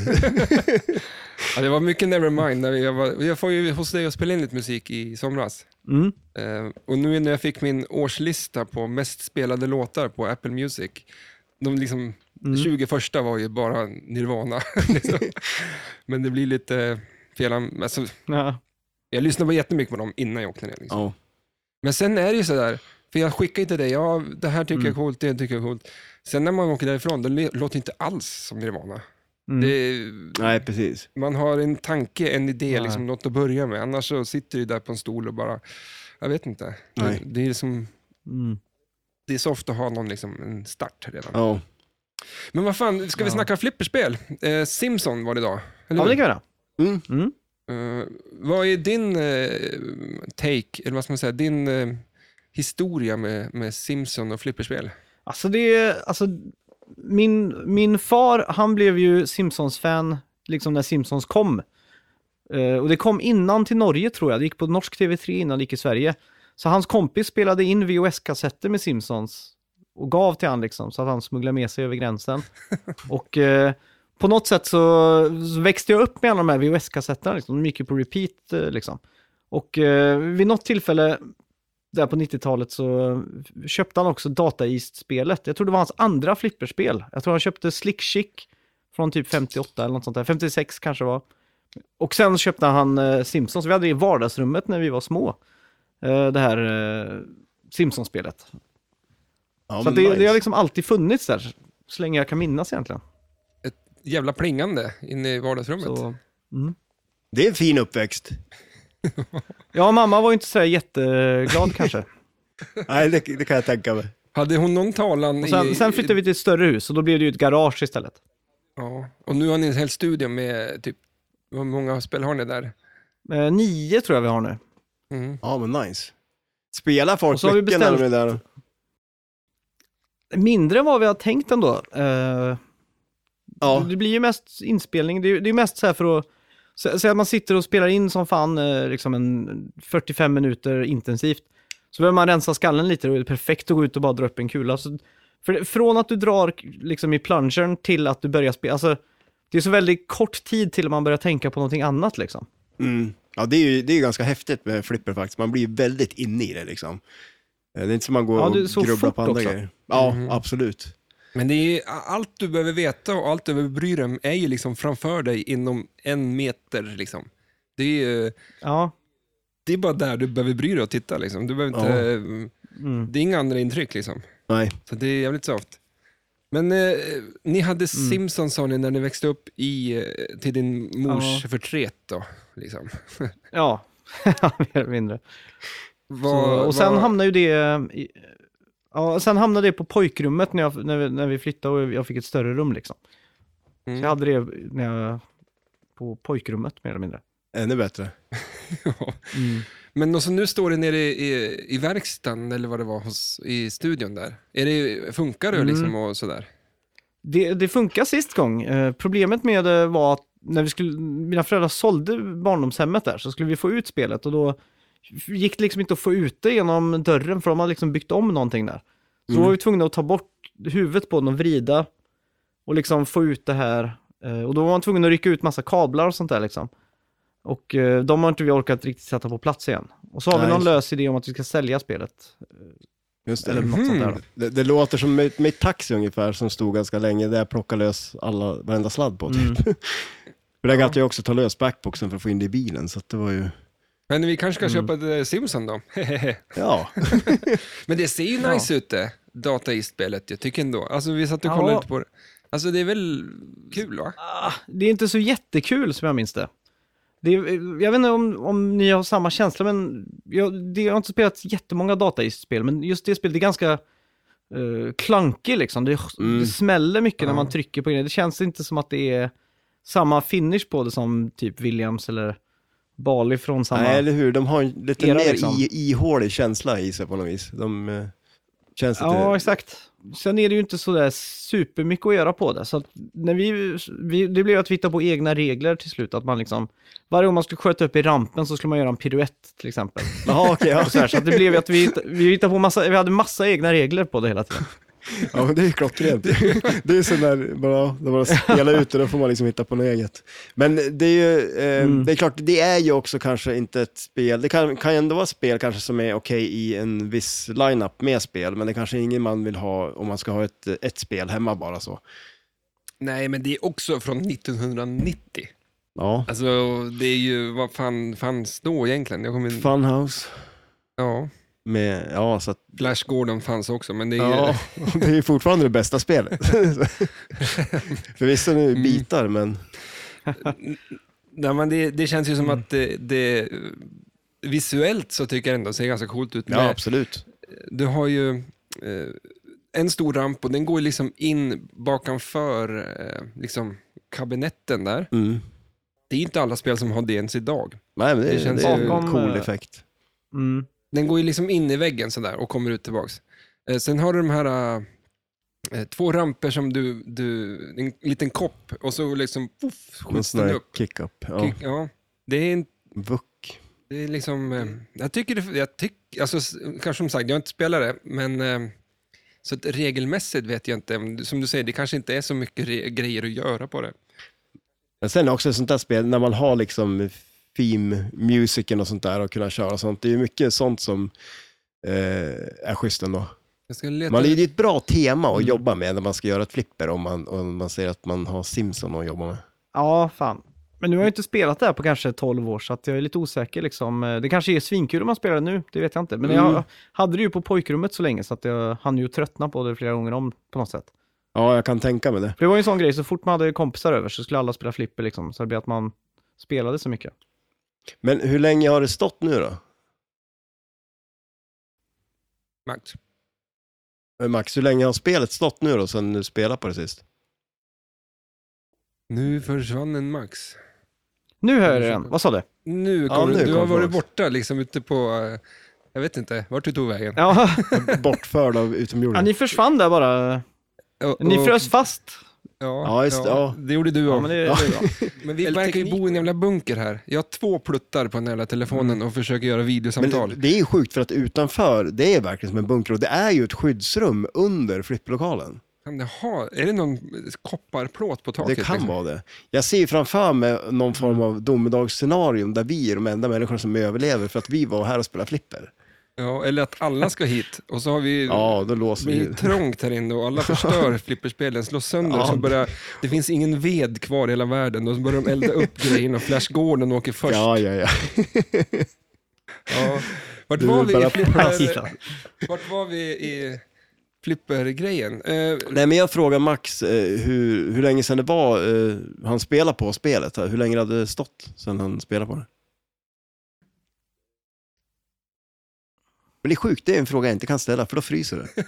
Ja, det var mycket Nevermind. När jag, var, jag får ju hos dig och spela in lite musik i somras. Mm. Eh, och nu när jag fick min årslista på mest spelade låtar på Apple Music, de liksom, Mm. tjugo första var ju bara Nirvana. liksom. Men det blir lite fel. Alltså, Ja. jag lyssnade på jättemycket på dem innan jag åkte ner. Liksom. Ja. Men sen är det ju sådär, för jag skickar inte dig, ja det här tycker jag är Mm. coolt, det tycker jag är coolt. Sen när man åker därifrån, det le- låter inte alls som Nirvana. Mm. Det, Nej, precis. man har en tanke, en idé, Nej. liksom, något att börja med. Annars så sitter du där på en stol och bara, jag vet inte. Nej. Det, det, är som, Mm. det är så ofta att ha någon liksom, en start redan. Ja. Men vad fan, ska vi Ja. snacka flipperspel? Eh, Simpson var det idag, eller Ja, hur? det kan jag göra. Mm. Mm. Eh, vad är din eh, take, eller vad ska man säga, din eh, historia med, med Simpson och flipperspel? Alltså det är, alltså min, min far, han blev ju Simpsons-fan liksom när Simpsons kom. Eh, och det kom innan till Norge tror jag, det gick på norsk T V tre innan det gick i Sverige. Så hans kompis spelade in V H S-kassetter med Simpsons och gav till han liksom, så att han smugglade med sig över gränsen. och eh, på något sätt så, så växte jag upp med alla de här V H S-kassetterna liksom, de gick ju på repeat eh, liksom. Och eh, vid något tillfälle där på nittiotalet så köpte han också Data East-spelet. Jag tror det var hans andra flipperspel. Jag tror han köpte Slick Chick från typ femtioåtta eller något sånt där. femtiosex kanske var. Och sen köpte han eh, Simpsons. Vi hade det i vardagsrummet när vi var små. Eh, det här eh, Simpsons-spelet. Ja, så att men det, nice. det har liksom alltid funnits där. Så länge jag kan minnas egentligen. Jävla plingande inne i vardagsrummet. Så, mm. Det är en fin uppväxt. Ja, mamma var ju inte så här jätteglad kanske. Nej, det, det kan jag tänka mig. Hade hon någon talan Och sen, i... sen flyttade vi till ett större hus och då blev det ju ett garage istället. Ja, och nu har ni en hel studio med typ, hur många spel har ni där? Eh, nio tror jag vi har nu. Mm. Ja, men nice. Spelar folk Och så har vi mycket när de beställt- är där? Mindre än vad vi har tänkt ändå. Uh, Ja. Det blir ju mest inspelning. Det är, det är mest så här för att... Säg att man sitter och spelar in som fan eh, liksom en fyrtiofem minuter intensivt. Så behöver man rensa skallen lite och det är perfekt att gå ut och bara dra upp en kula. Så, för, från att du drar liksom i plungern till att du börjar spela... Alltså, det är så väldigt kort tid till man börjar tänka på någonting annat liksom. Mm. Ja, det är ju det är ju ganska häftigt med flipper faktiskt. Man blir väldigt inne i det liksom. Det är inte som man går Ja, det är och så grubblar fort på andra också. grejer. Ja, Mhm. absolut. Men det är allt du behöver veta och allt du behöver bry dig om är ju liksom framför dig inom en meter liksom. Det är ju, Ja. det är bara där du behöver bry dig och titta liksom. Du behöver inte, Ja. Mm. det är inga andra intryck liksom. Nej. Så det är jävligt soft. Men eh, ni hade Simpsons sa ni när ni växte upp i, eh, till din mors Ja. förtret då, liksom. Ja, mer eller mindre. Vad- Så, och sen vad- hamnade ju det i, ja, sen hamnade det på pojkrummet när, jag, när, vi, när vi flyttade och jag fick ett större rum liksom. Mm. Så jag hade det när jag, på pojkrummet mer eller mindre. Ännu bättre. Ja. Mm. Men och så nu står det nere i, i, i verkstaden eller vad det var hos, i studion där. Är det, funkar det Mm. liksom och sådär? Det, det funkar sist gång. Eh, problemet med det var att när vi skulle, mina föräldrar sålde barndomshemmet där så skulle vi få ut spelet och då gick det liksom inte att få ut det genom dörren för de hade liksom byggt om någonting där. Så Mm. då var vi tvungna att ta bort huvudet på den och vrida och liksom få ut det här. Eh, och då var man tvungen att rycka ut massa kablar och sånt där liksom. Och eh, de har inte vi orkat riktigt sätta på plats igen. Och så har Nej. vi någon lös idé om att vi ska sälja spelet. Just det. Eller något sånt där då. Det, det låter som med, med taxi ungefär som stod ganska länge där jag plockade lös alla, varenda sladd på typ. Mm. För där gatt jag också ta lös backboxen för att få in det i bilen så att det var ju, Men vi kanske ska Mm. köpa ett eh, Simpson då. ja. Men det ser ju Ja. nice ut det, Data East-spelet, jag tycker ändå. Alltså vi satt och Ja. kollade ut på det. Alltså det är väl kul va? Ah, det är inte så jättekul som jag minns det. det är, jag vet inte om, om ni har samma känsla, men jag, det, jag har inte spelat jättemånga dataspel, men just det spelet är ganska uh, klankig liksom. Det, Mm. det smäller mycket Ja. när man trycker på det. Det känns inte som att det är samma finish på det som typ Williams eller Bali från samma... Nej, eller hur? De har en lite era, mer liksom. i, ihålig känsla i sig på något vis. De eh, känns lite... Ja, exakt. Sen är det ju inte så där supermycket att göra på det. Så att när vi, vi, det blev att vi hittade på egna regler till slut. Att man liksom, varje gång man skulle sköta upp i rampen så skulle man göra en piruett till exempel. Jaha, okej. ja. Och så, här, så att det blev ju att vi, hitt- vi hittade på massa, vi hade massa egna regler på det hela tiden. Ja, men det är ju klockrent. Det är så när bara, när man spelar ut och då får man liksom hitta på något eget. Men det är ju, eh, Mm. det är klart, det är ju också kanske inte ett spel, det kan, kan ju ändå vara spel kanske som är okej i en viss lineup med spel, men det kanske ingen man vill ha om man ska ha ett, ett spel hemma bara så. Nej, men det är också från nittonhundranittio. Ja, Alltså det är ju, vad fan fanns då egentligen? Jag kommer, Funhouse ja, med, ja så att, Flash Gordon fanns också, men det är ja, det är ju fortfarande det bästa spelet. Förvisso nu bitar, men Nej, men det, det känns ju som Mm. att det, det visuellt så tycker jag ändå ser ganska coolt ut. ja, Med, absolut. du har ju eh, en stor ramp och den går liksom in bakanför eh, liksom kabinetten där. Mm. Det är inte alla spel som har det ens idag. Nej, men det, Det det, känns är ju- en Bakom, cool eh, effekt. Mm. Den går ju liksom in i väggen sådär och kommer ut tillbaks. Eh, sen har du de här eh, två ramper som du, du, en liten kopp och så liksom puff, En skjuts sån den här upp. kick-up. Ja. Kick, ja. Det är en Vuck. Det är liksom, eh, jag tycker det, jag tycker, alltså s- kanske som sagt, jag har inte spelat det, men eh, så att regelmässigt vet jag inte, om- som du säger, det kanske inte är så mycket re- grejer att göra på det. Men sen också ett sånt där spel, när man har liksom theme-musiken och sånt där och kunna köra sånt, det är ju mycket sånt som eh, är schysst ändå. Jag ska leta, Man, det är ju ett bra tema att Mm. jobba med när man ska göra ett flipper, om man, om man säger att man har Simpson att jobba med. Ja, fan. Men nu har jag inte spelat det här på kanske tolv år så att jag är lite osäker liksom. Det kanske är svinkul om man spelar nu, det vet jag inte. Men Mm. jag hade det ju på pojkrummet så länge så att jag hann ju tröttna på det flera gånger om på något sätt. Ja, jag kan tänka mig det. För det var ju en sån grej, så fort man hade kompisar över så skulle alla spela flipper liksom. Så det blev att man spelade så mycket. Men hur länge har det stått nu då? Max. Eh, Max, hur länge har spelet stått nu då, sen du spelade på det sist? Nu försvann en Max. Nu hör jag den. Vad sa du? Nu Ja, kom nu du, du kom har varit tillbaks. borta liksom ute på, eh, jag vet inte, vart du tog vägen. Ja, Bortförd av ja utomjordingar. ni försvann där bara. Och- Ni och- frös fast. Ja, Ja, just det, ja. det gjorde du Ja, också. men det, Ja. det är bra. Men vi Eller verkar ju teknik. bo i en jävla bunker här. Jag har två pluttar på den jävla telefonen och försöker göra videosamtal. Men det är ju sjukt för att utanför, det är verkligen som en bunker och det är ju ett skyddsrum under flipplokalen. Kan det ha, är det någon kopparplåt på taket? Det kan liksom? vara det. Jag ser framför mig någon form av domedagsscenarium där vi är de enda människorna som överlever för att vi var här och spelade flipper. Ja, eller att alla ska hit. Och så har vi... Ja, då låser Det vi. blir trångt här inne och alla förstör flipperspelen, slår sönder. Ja. Så börjar, det finns ingen ved kvar i hela världen. Då börjar de elda upp grejerna och Flash Gordon åker först. Ja, ja, ja. Ja. Vart Du var vill vi bara i flipper... prata. Vart var vi i flippergrejen? Eh, Nej, men jag frågar Max eh, hur, hur länge sedan det var eh, han spelade på spelet. Hur länge det hade stått sedan han spelade på det? Men det är sjukt, det är en fråga jag inte kan ställa, för då fryser det.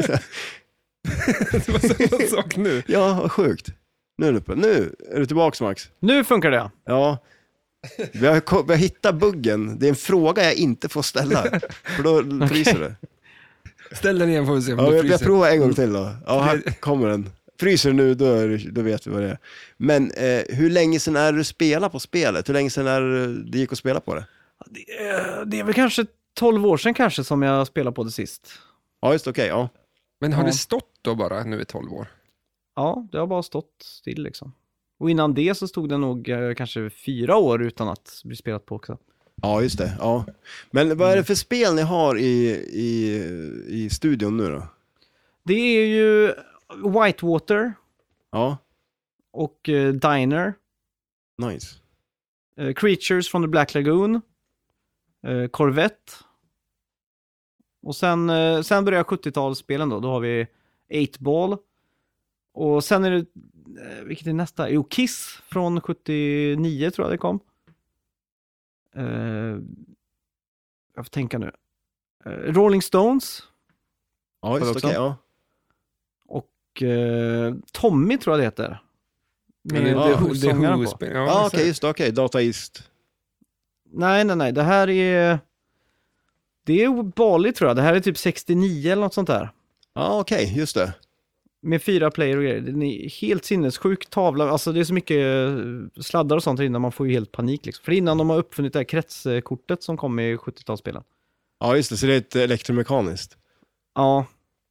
det var samma sak nu. Ja, vad sjukt. Nu är du uppe. Nu är du tillbaka, Max. Nu funkar det. Ja. Vi har, ko- vi har hittat buggen. Det är en fråga jag inte får ställa. För då fryser det. Ställ den igen får vi se om Ja, det jag, jag fryser. provar en gång till då. Ja, här kommer den. Fryser nu, då, är det, då vet vi vad det är. Men eh, hur länge sedan är du spelar på spelet? Hur länge sedan är det, det gick att spela på det? Det är, det är väl kanske tolv år sedan kanske som jag spelade på det sist. Ja, just okej. ja. Men har Ja. det stått då bara nu i tolv år? Ja, det har bara stått still liksom. Och innan det så stod det nog eh, kanske fyra år utan att bli spelat på också. Ja, just det. Ja. Men vad är det för spel ni har i, i, i studion nu då? Det är ju Whitewater Ja, och eh, Diner, nice. eh, Creatures from the Black Lagoon, eh, Corvette. Och sen, eh, sen börjar sjuttiotalsspelen då. Då har vi eight ball. Och sen är det, eh, vilket är nästa? Jo, Kiss från sjuttionio tror jag det kom. Eh, jag får tänka nu. Eh, Rolling Stones Ja, Har du just också? okej. ja. och eh, Tommy tror jag det heter. Med Eller ja, The det- Who- The sångaren på. Who-spel. Ja, Ja, okej, just det. Okej, Data East. Nej, nej, nej. Det här är... Det är Bali tror jag. Det här är typ sextionio eller något sånt där. Ja, okej, just det. Med fyra player och grejer. Det är helt sinnessjuk tavla. Alltså det är så mycket eh, sladdar och sånt innan man får ju helt panik liksom. För innan de har uppfunnit det här kretskortet som kom i sjuttiotalsspelen. Ja, just det. Så det är ett elektromekaniskt. Ja.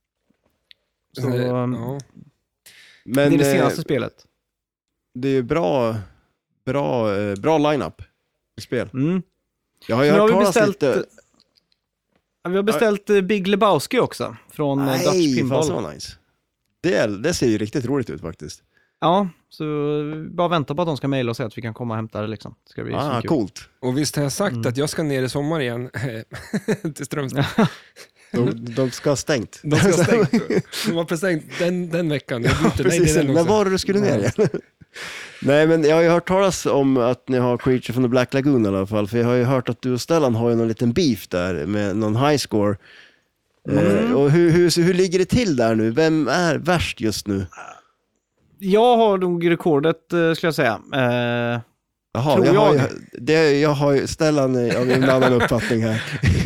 Så, Så det- um, ja. Men det är det senaste eh, spelet. det är bra, bra, eh, bra line-up i spel. Mm. Jag har ju Nu har hört vi talas beställt, lite... ja, vi har beställt eh, Big Lebowski också. Från eh, Dutch Nej, fan Pinball. så var nice. Det, är, det ser ju riktigt roligt ut faktiskt. Ja, så vi bara vänta på att de ska mejla och säga att vi kan komma och hämta det liksom. Det ska bli Ah, så kul. coolt. Och visst har jag sagt Mm. att jag ska ner i sommar igen till Strömstad. De, de ska ha stängt. De ska ha stängt. De har stängt den, den veckan. Jag byter, nej, det Precis, är den när också. var det du skulle ner igen? Nej, men jag har ju hört talas om att ni har Creature from the Black Lagoon i alla fall. För jag har ju hört att du och Stellan har ju någon liten beef där med någon high score. Eh, och hur, hur, hur ligger det till där nu? Vem är värst just nu? Jag har nog rekordet eh, skulle jag säga. Eh, Jaha, Tror jag, har ju, jag. det, jag har ju Stellan eh, av en annan uppfattning här.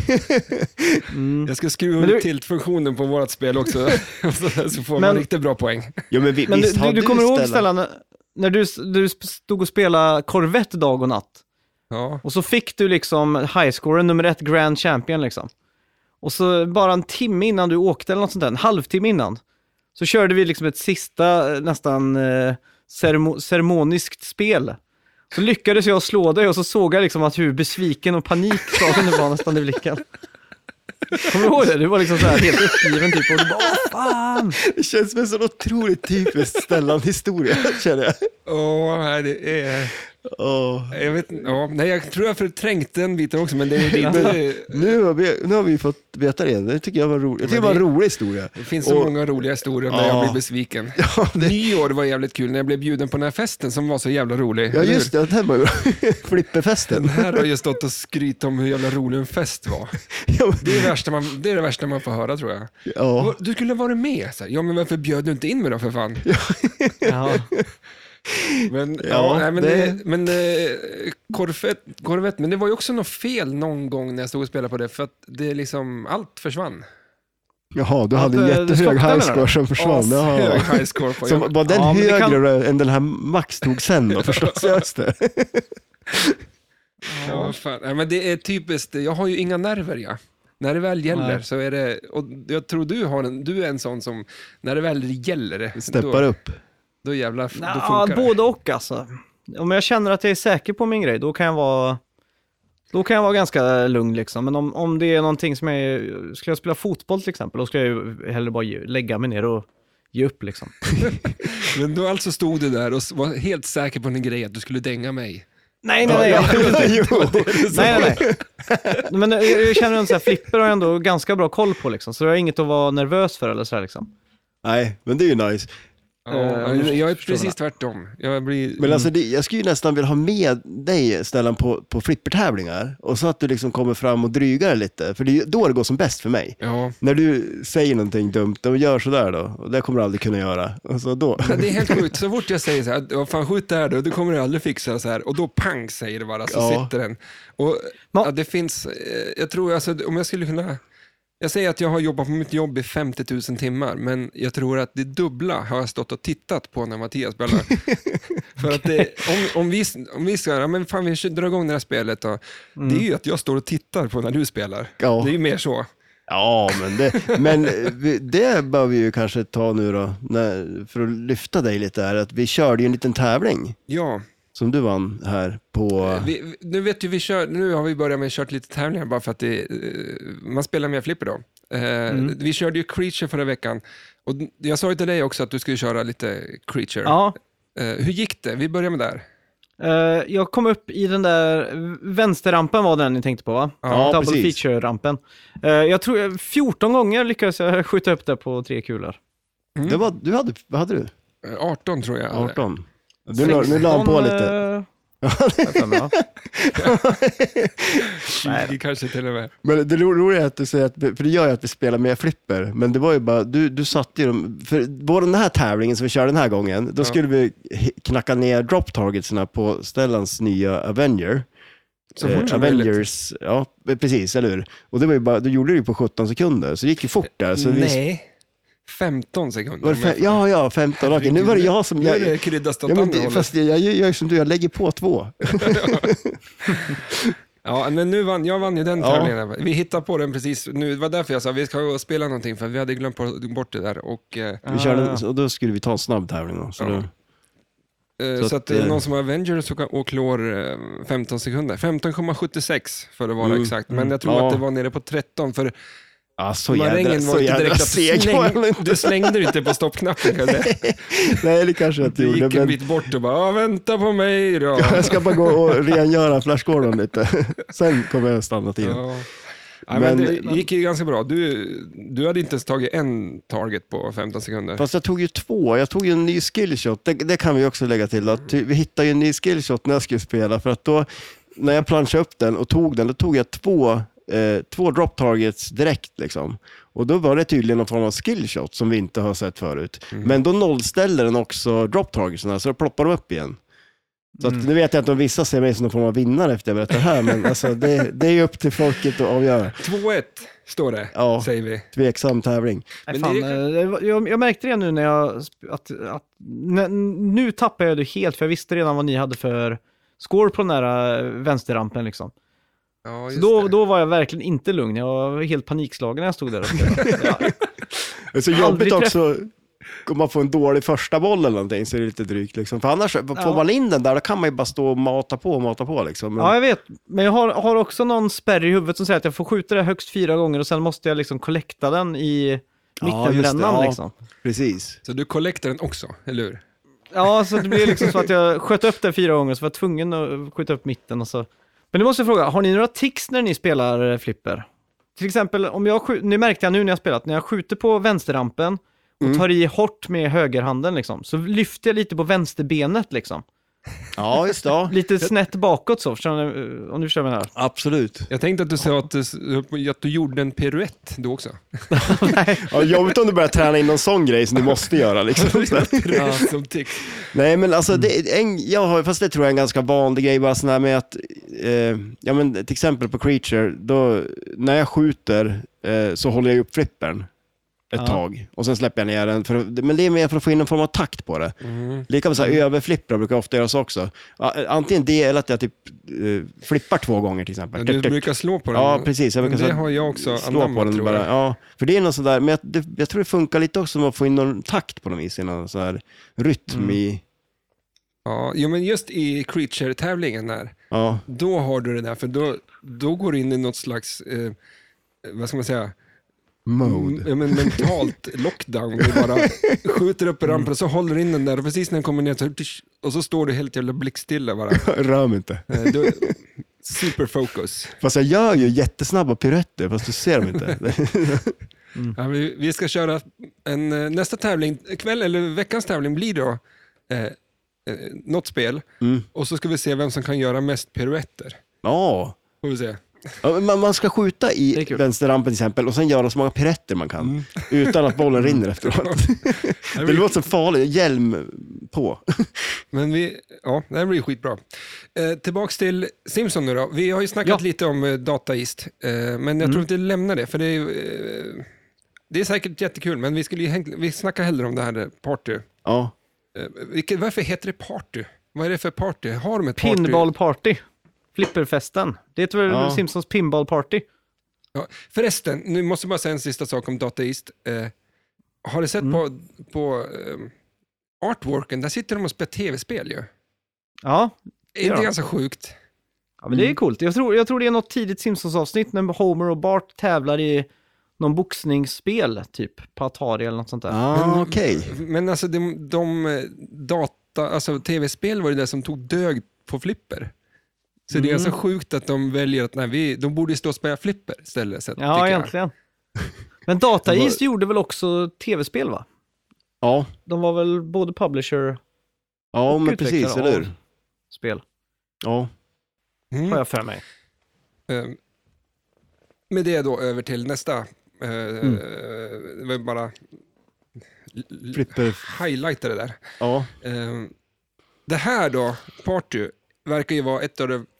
mm. Jag ska skruva Men du- upp tilt-funktionen på vårt spel också. Så får man Men- riktigt bra poäng. Jo, men vi, Men visst du, har du, du du kommer ihåg Stellan? Stellan, när du, du stod och spelade Corvette dag och natt. Ja. Och så fick du liksom highscoren nummer ett Grand Champion liksom. Och så bara en timme innan du åkte eller något sånt där, en halvtimme innan. Så körde vi liksom ett sista eh, nästan eh, ceremo- ceremoniskt spel. Så lyckades jag slå dig och så såg jag liksom att hur besviken och panikslagen du var nästan i blicken. Kommer du ihåg det? Du var liksom så här helt uppgiven typ och du bara åh fan! Det känns som en så otroligt typisk Stellan-historia, känner jag. Åh, nej, det är... Åh. Jag vet inte. Ja, nej, jag tror jag förträngt den biten också, men det, är- det, är inte- Nu har, vi, nu har vi fått veta det. Det tycker jag var roligt. Jag tycker det var en rolig historia. det finns så Och- många roliga historier när Ja. jag blir besviken. Ja, det, Nyår var jävligt kul när jag blev bjuden på den här festen som var så jävla rolig. ja eller just hur? det. Den var ju bra. Flipperfesten. Den här har ju stått och skryt om hur jävla rolig en fest var. Ja, men- Det är det värsta man, det är det värsta man får höra, tror jag. ja. Du skulle vara med. Så här, ja, men varför bjöd du inte in mig då för fan? Ja. Men, ja, Ja, nej, men, det- det... men eh, Corvette, Corvette, men det var ju också något fel någon gång när jag stod och spelade på det, för att det liksom, allt försvann. Jaha, du Ja, hade en det- det jättehög slocknade high menar score du? som försvann. Jaha. Hög high score på. Som, var den Ja, men det högre än den här Max tog sen då förstås? Just det. Ja, vad fan. Nej, men det är typiskt, jag har ju inga nerver, ja. När det väl gäller Nej. så är det, och jag tror du har en, du är en sån som, när det väl gäller, Steppar då, upp. då jävlar, då Ja, funkar det. både och alltså. Om jag känner att jag är säker på min grej, då kan jag vara Då kan jag vara ganska lugn liksom. Men om, om det är någonting som jag... Skulle jag spela fotboll till exempel, då skulle jag ju hellre bara ge, lägga mig ner och ge upp liksom. Men då alltså stod du där och var helt säker på en grej att du skulle dänga mig. Nej, nej, nej. Jo. nej, nej, nej. Men jag, jag känner att så här, flipper har jag ändå ganska bra koll på liksom. Så det är inget att vara nervös för eller så här liksom. Nej, men det är ju nice. Ja, jag är precis tvärtom. Jag blir... Men alltså, det, jag skulle ju nästan vilja ha med dig, Stellan, på, på flippertävlingar. Och så att du liksom kommer fram och drygar lite. För det är då det går som bäst för mig. Ja. När du säger någonting dumt, då gör sådär då. Och det kommer du aldrig kunna göra. Och så då. Ja, det är helt sjukt. Så fort jag säger så här, vad fan skjut där då, det kommer du aldrig fixa så här. Och då pang säger det bara, så Ja. sitter den. Och ja, det finns, jag tror alltså, om jag skulle kunna... Jag säger att jag har jobbat på mitt jobb i femtio tusen timmar, men jag tror att det dubbla har jag stått och tittat på när Mattias spelar. För att det, om, om vi, om vi ska, ja, men fan vi drar igång det här spelet då, mm. det är ju att jag står och tittar på när du spelar. Ja. Det är ju mer så. Ja, men det, men det bör vi ju kanske ta nu då, när, för att lyfta dig lite här, att vi körde ju en liten tävling. Ja. Som du vann här på... Vi, nu vet ju vi kör, nu har vi börjat med att köra lite tävlingar bara för att det, man spelar med flipper då. Mm. Vi körde ju Creature förra veckan och jag sa ju till dig också att du skulle köra lite Creature. Ja. Hur gick det? Vi börjar med där. Jag kom upp i den där vänsterrampen var den ni tänkte på, va? Ja, Double precis. feature-rampen. Jag tror fjorton gånger lyckades jag skjuta upp det på tre kulor. Mm. Det var, du hade, vad hade du? arton tror jag. arton. Du, nu la han på lite. Uh... tjugo kanske till och med. Men det roliga är att du säger att, för det gör ju att vi spelar med flipper, men det var ju bara, du, du satt ju dem, för både den här tävlingen som vi kör den här gången, då ja. skulle vi knacka ner drop targetsna på Stellans nya Avenger. Så fort eh, Avengers, ja precis, eller hur? Och det var ju bara, du gjorde det ju på sjutton sekunder, så det gick ju fort där. Så Nej. Vi... femton sekunder. Var det fem... Ja, ja, femton. Okej, nu var det jag som... Jag... Nu är det kryddas åt ja, andra det, fast jag, jag, jag gör som du, jag lägger på två. Ja, men nu vann, jag vann ju den tävlingen. Ja. Vi hittade på den precis nu. Det var därför jag sa vi ska gå och spela någonting, för vi hade glömt bort det där. Och, eh... vi körde, och då skulle vi ta en snabb tävling. Då, så ja. då... Så, så att, att någon som har Avengers och klår femton sekunder. femton komma sjuttiosex för att vara mm. exakt. Men jag tror ja. att det var nere på tretton, för ja, så jädra, var så jädra seg. Släng, du slängde inte på stoppknappen kanske. Nej, det kanske jag inte gjorde. Du gick en men... bit bort och bara, vänta på mig då. Jag ska bara gå och rengöra Flash Gordon lite. Sen kommer jag stanna tiden. Ja. Ja, men, men det gick ju ganska bra. Du, du hade inte ens tagit en target på femton sekunder. Fast jag tog ju två. Jag tog ju en ny skillshot. Det, det kan vi också lägga till. Att vi hittade ju en ny skillshot när jag skulle spela. För att då, när jag planschade upp den och tog den, då tog jag två, eh, två drop targets direkt liksom. Och då var det tydligen någon form av skillshot som vi inte har sett förut. Mm. Men då nollställer den också drop targetsna, så då ploppar de upp igen. Så att, mm. nu vet jag inte om vissa ser mig som någon form av vinnare efter jag berättar det här, men alltså, det, det är upp till folket att avgöra. två ett står det, ja, säger vi. Tveksam tävling. Nej, fan, det... jag, jag märkte det nu när jag... Att, att, nu tappar jag det helt, för jag visste redan vad ni hade för score på den där vänsterrampen liksom. Ja, så då, då var jag verkligen inte lugn. Jag var helt panikslagen när jag stod där uppe. Ja. Det är så jobbigt också... Om man får en dålig första boll eller någonting så är det lite drygt liksom. För annars, får ja. man in den där, då kan man ju bara stå och mata på och mata på liksom. Men... Ja, jag vet. Men jag har, har också någon spärr i huvudet som säger att jag får skjuta det högst fyra gånger och sen måste jag liksom kollekta den i mittenbrännan ja, ja, liksom. Precis. Så du kollektar den också, eller hur? Ja, så det blir liksom så att jag sköt upp den fyra gånger så var jag tvungen att skjuta upp mitten och så. Men nu måste jag fråga, har ni några tics när ni spelar flipper? Till exempel, om jag skj- nu märkte jag nu när jag spelat, när jag skjuter på vänsterrampen och mm. tar i hårt med högerhanden liksom, så lyfter jag lite på vänsterbenet liksom. Ja, just det. Lite snett bakåt så, om du förstår vad jag menar. Absolut. Jag tänkte att du sa att du, att du gjorde en piruett då också. Ja, jobbigt om du börjar träna in någon sån grej som du måste göra liksom. Ja, som tics. Nej, men alltså, det, en, jag har, fast det tror jag är en ganska vanlig grej, bara sån här med att, eh, ja men till exempel på Creature, då, när jag skjuter eh, så håller jag upp flippern ett ja. tag. Och sen släpper jag ner den. För, men det är mer för att få in en form av takt på det. Mm. Lika med så här, överflippar brukar ofta göras också. Antingen det eller att jag typ uh, flippar två gånger till exempel. Ja, du brukar slå på den. Ja, precis. Jag brukar det har jag också slå anamma, på den bara. Ja, för det är något sådär. Men jag, det, jag tror det funkar lite också med att få in någon takt på något vis. Någon så här rytm mm. i... Ja, jo, men just i Creature-tävlingen där. Ja. Då har du det där. För då... då går du in i något slags, eh, vad ska man säga, Mode. Mm, men mentalt lockdown. Du bara skjuter upp i rampen och så håller in den där och precis när den kommer ner så, och så står du helt jävla blickstilla bara. Rör mig inte. Eh, du, superfocus. Fast jag gör ju jättesnabba piruetter, fast du ser dem inte. Mm. Ja, vi, vi ska köra en, eh, nästa tävling, kväll eller veckans tävling blir då eh, eh, något spel. Mm. Och så ska vi se vem som kan göra mest piruetter. Ja. Får vi se. Ja, men man, man ska skjuta Det är i kul. vänsterrampen till exempel och sen göra så många piretter man kan. Mm. Utan att bollen rinner efteråt. Det låter så farligt. Hjälm på. Men vi, ja, det här blir skitbra. Eh, tillbaks till Simpson nu då. Vi har ju snackat Ja. lite om eh, Data East. Eh, men jag Mm. tror inte vi lämnar det. För det är, eh, det är säkert jättekul. Men vi, skulle ju hängt, vi snackar hellre om det här eh, party. Ja. Eh, vilket, varför heter det party? Vad är det för party? Har de ett party? Pinball party. Flipperfesten. Det heter väl Ja. Simpsons pinball party. Ja. Förresten, nu måste jag bara säga en sista sak om Data East. Eh, har du sett Mm. på, på eh, artworken? Där sitter de och spelar tv-spel ju. Ja, Är inte de. ganska sjukt? ja men det är coolt. Jag tror, jag tror det är något tidigt Simpsons-avsnitt när Homer och Bart tävlar i någon boxningsspel typ på Atari eller något sånt där. Ah, okej. Men alltså de, de eh, data, alltså tv-spel var det där som tog död på flipper. Så det är Mm. alltså sjukt att de väljer att nej, vi, de borde stå och spela flipper istället. Så, Ja, tycker egentligen. Men Data Det var- East gjorde väl också tv-spel va? Ja. De var väl både publisher Ja, och men utvecklare precis, eller av hur? spel, Ja. har Mm. jag för mig. Eh, med det då över till nästa. Eh, Mm. Det var bara l- Flipper. highlighta det där. Ja. Eh, det här då, Party, verkar ju vara ett av de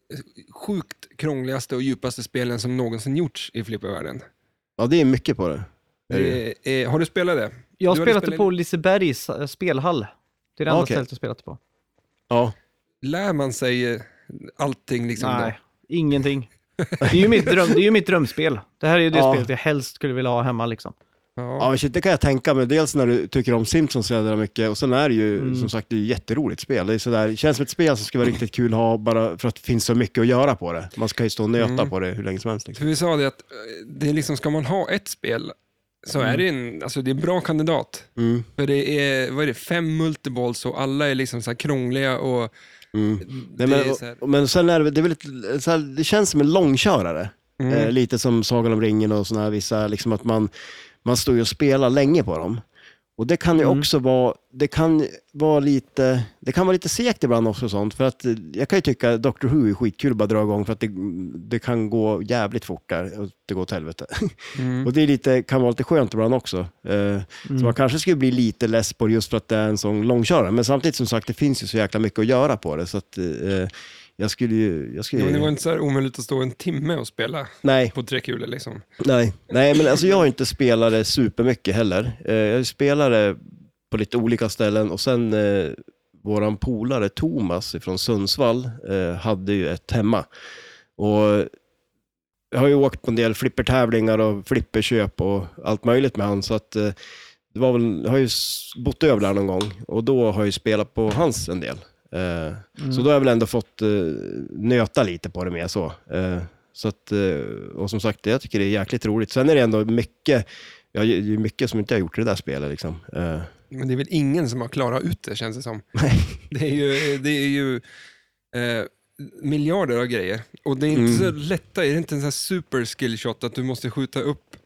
sjukt krångligaste och djupaste spelen som någonsin gjorts i flippervärlden. Ja, det är mycket på det. Är det? Eh, eh, har du spelat det? Jag har Du hade spelat det spelat- på Lisebergs eh, spelhall. Det är det enda Okej. stället jag spelat det på. Ja. Lär man sig eh, allting liksom Nej, ingenting. Det är, ju mitt dröm, det är ju mitt drömspel. Det här är ju det Ja. spelet jag helst skulle vilja ha hemma liksom. då? Ja, Ja. men shit, det kan jag tänka mig. Dels när du tycker om Simpsons så jävla mycket. Och sen är det ju, Mm. som sagt, det är ett jätteroligt spel. Det är sådär, det känns som ett spel som ska vara riktigt kul att ha bara för att det finns så mycket att göra på det. Man ska ju stå och nöta Mm. på det hur länge som helst. Liksom. För vi sa det att eh, det är liksom, ska man ha ett spel så är det en, alltså det är en bra kandidat. Mm. För det är, vad är det, fem multiballs och alla är liksom så här krångliga och Mm. det Nej, är men, så här, och, men sen är det, det är väl ett, så här, det känns som en långkörare. mm. Eh, lite som Sagan om ringen och såna här vissa, liksom att man, man står ju och spelar länge på dem. Och det kan ju Mm. också vara, det kan vara lite, det kan vara lite segt ibland också och sånt. För att eh, jag kan ju tycka Doctor Who är skitkul att bara dra igång för att det, det kan gå jävligt fort där och det går åt helvete. Mm. Och det är lite, kan vara lite skönt ibland också. Eh, Så man kanske skulle bli lite less på det just för att det är en sån långkörare. Men samtidigt som sagt, det finns ju så jäkla mycket att göra på det. Så att eh, jag skulle ju, jag skulle Ja, men det ju... var inte så här omöjligt att stå en timme och spela Nej. på tre kulor liksom. Nej, nej men alltså jag har inte spelat det supermycket heller. Eh, jag spelade på lite olika ställen och sen eh, våran polare Thomas från Sundsvall eh, hade ju ett hemma. Och jag har ju åkt på en del flippertävlingar och flipperköp och allt möjligt med han så att eh, det var väl, jag har ju s- bott över där någon gång och då har jag ju spelat på hans en del. Eh, Så då har jag väl ändå fått eh, nöta lite på det mer så. Eh, så att, eh, och som sagt, jag tycker det är jäkligt roligt. Sen är det ändå mycket, ja, det är ju mycket som inte jag gjort i det där spelet liksom. Eh, Men det är väl ingen som har klarat ut det, känns det som. Det är ju, det är ju eh, miljarder av grejer. Och det är inte så Mm. lätta, är det inte en sån här super skillshot att du måste skjuta upp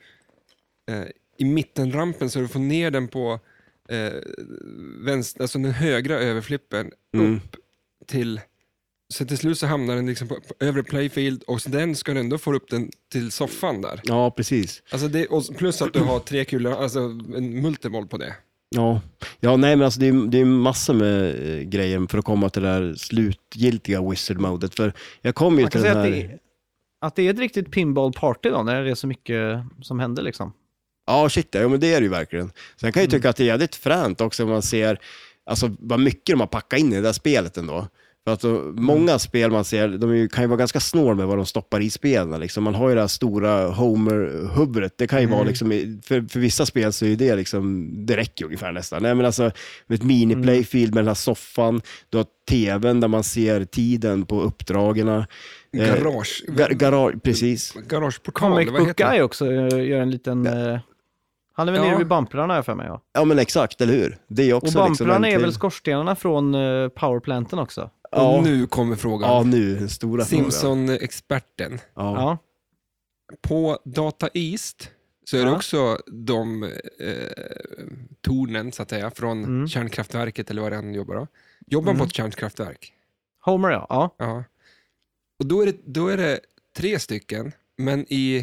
eh, i mittenrampen så du får ner den på eh, vänster, alltså den högra överflippen Mm. upp till, så till slut så hamnar den liksom på, på övre playfield och sen ska du ändå få upp den till soffan där. ja, precis. Alltså det, och plus att du har tre kulor, alltså en multiboll på det. Ja, ja nej men alltså det är, det är massor med eh, grejer för att komma till det där slutgiltiga wizard-modet. För jag kom ju Man till kan den säga här... att det, att det är ett riktigt pinball party då, när det är så mycket som händer liksom. Ja, shit, ja, men det är det ju verkligen. Sen kan jag ju tycka att det är jävligt fränt också när man ser alltså, vad mycket de har packat in i det där spelet ändå. För För att då, många mm. spel man ser, de är ju, kan ju vara ganska snål med vad de stoppar i spelen. Liksom. Man har ju det här stora Homer-huvudet. Det kan ju mm. vara liksom, för, för vissa spel så är det liksom, det räcker ungefär nästan. Nej, men alltså, ett mini-playfield med den här soffan, du har tvn där man ser tiden på uppdragen. Garage. Eh, gar, garage, precis. Garageportal, Comic Book Guy också gör en liten... Ja. Eh, han är väl ja. nere vid bumprarna här för mig, ja. Ja, men exakt, eller hur? Det är också och bumprarna liksom är väl skorstenarna från uh, powerplanten också. Ja. Och nu kommer frågan. Ja, nu, den stora Simpson-experten. Ja. ja. På Data East så är det ja. också de eh, tornen, så att säga, från mm. kärnkraftverket, eller vad han jobbar då. Jobbar mm. på ett kärnkraftverk. Homer, ja. ja. ja. Och då är, det, då är det tre stycken, men i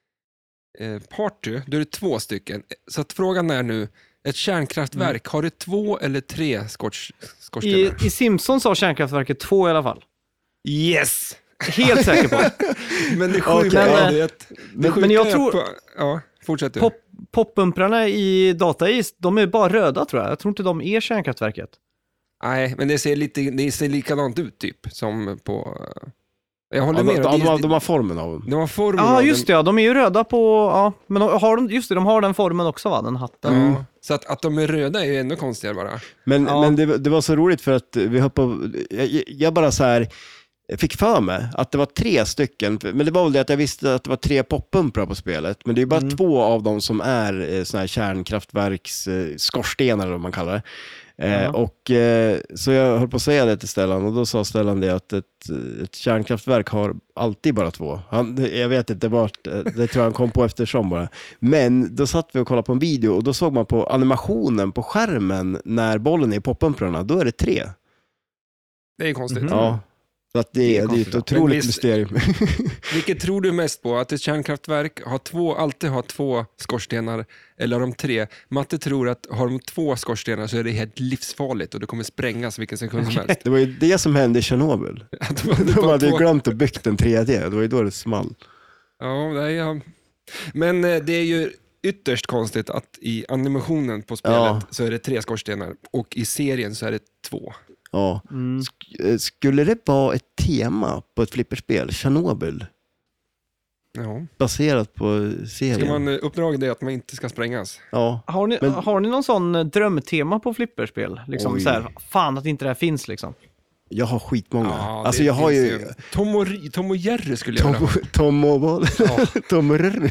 eh, Party, då är det två stycken. Så att frågan är nu, ett kärnkraftverk, mm. har det två eller tre skors, skorstenar? I, I Simpsons har kärnkraftverket två i alla fall. Yes! Helt säker på. Men det sjuka okay, ja. är att... Det men jag tror... På, ja, fortsätt du. Pop, Poppumprarna i Data East, de är bara röda tror jag. Jag tror inte de är kärnkraftverket. Nej, men det ser, lite, det ser likadant ut typ, som på... Jag håller ja, med. De, de, de, de har formen av dem. De har formen ja, av just det. Ja. De är ju röda på... Ja, men de har, just det, de har den formen också, va? Den hatten. Mm. Ja, så att, att de är röda är ju ännu konstigare bara. Men, ja. men det, det var så roligt för att vi höll på... Jag, jag bara så här... Jag fick för mig att det var tre stycken, men det var väl det att jag visste att det var tre poppumprar på spelet, men det är bara mm. två av dem som är såna här kärnkraftverks skorstenar, eller vad man kallar det. Mm. Eh, och eh, så jag höll på att säga det till Stellan, och då sa Stellan det att ett, ett kärnkraftverk har alltid bara två. Han, jag vet inte vart, det tror jag han kom på eftersom bara. Men då satt vi och kollade på en video, och då såg man på animationen på skärmen när bollen är i poppumprarna, då är det tre. Det är konstigt. Mm. Ja. Så att det, det, är, det är ett otroligt visst, mysterium. Vilket tror du mest på? Att ett kärnkraftverk har två, alltid har två skorstenar, eller har de tre? Matte tror att har de två skorstenar så är det helt livsfarligt och det kommer sprängas vilken sekund som helst. Det var ju det som hände i Tjernobyl. de de hade ju glömt att bygga den tredje. Det var ju då det small. Ja, det är, men det är ju ytterst konstigt att i animationen på spelet ja. så är det tre skorstenar, och i serien så är det två. Ja. Mm. Sk- skulle det vara ett tema på ett flipperspel, Tjernobyl? Ja. Baserat på serien. Ska man uppdraga det att man inte ska sprängas? Ja. Har ni, Men... har ni någon sån drömtema på flipperspel? Liksom så här, fan att inte det här finns liksom. Jag har skitmånga. Ja, alltså jag har ju... ju... Tom, och, Tom och Jerry skulle jag vilja. Tom och vad? Ja. Tom och Jerry.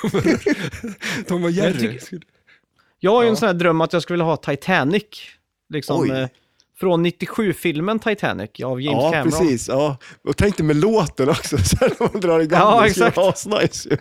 Tom och Jerry. Jag, tycker... jag har ju ja. en sån här dröm att jag skulle vilja ha Titanic. Liksom... Eh, från nittiosju-filmen Titanic av James ja, Cameron. Ja, precis. Ja. Och tänkte med låten också, så när man drar igång ja, det exakt. asnice.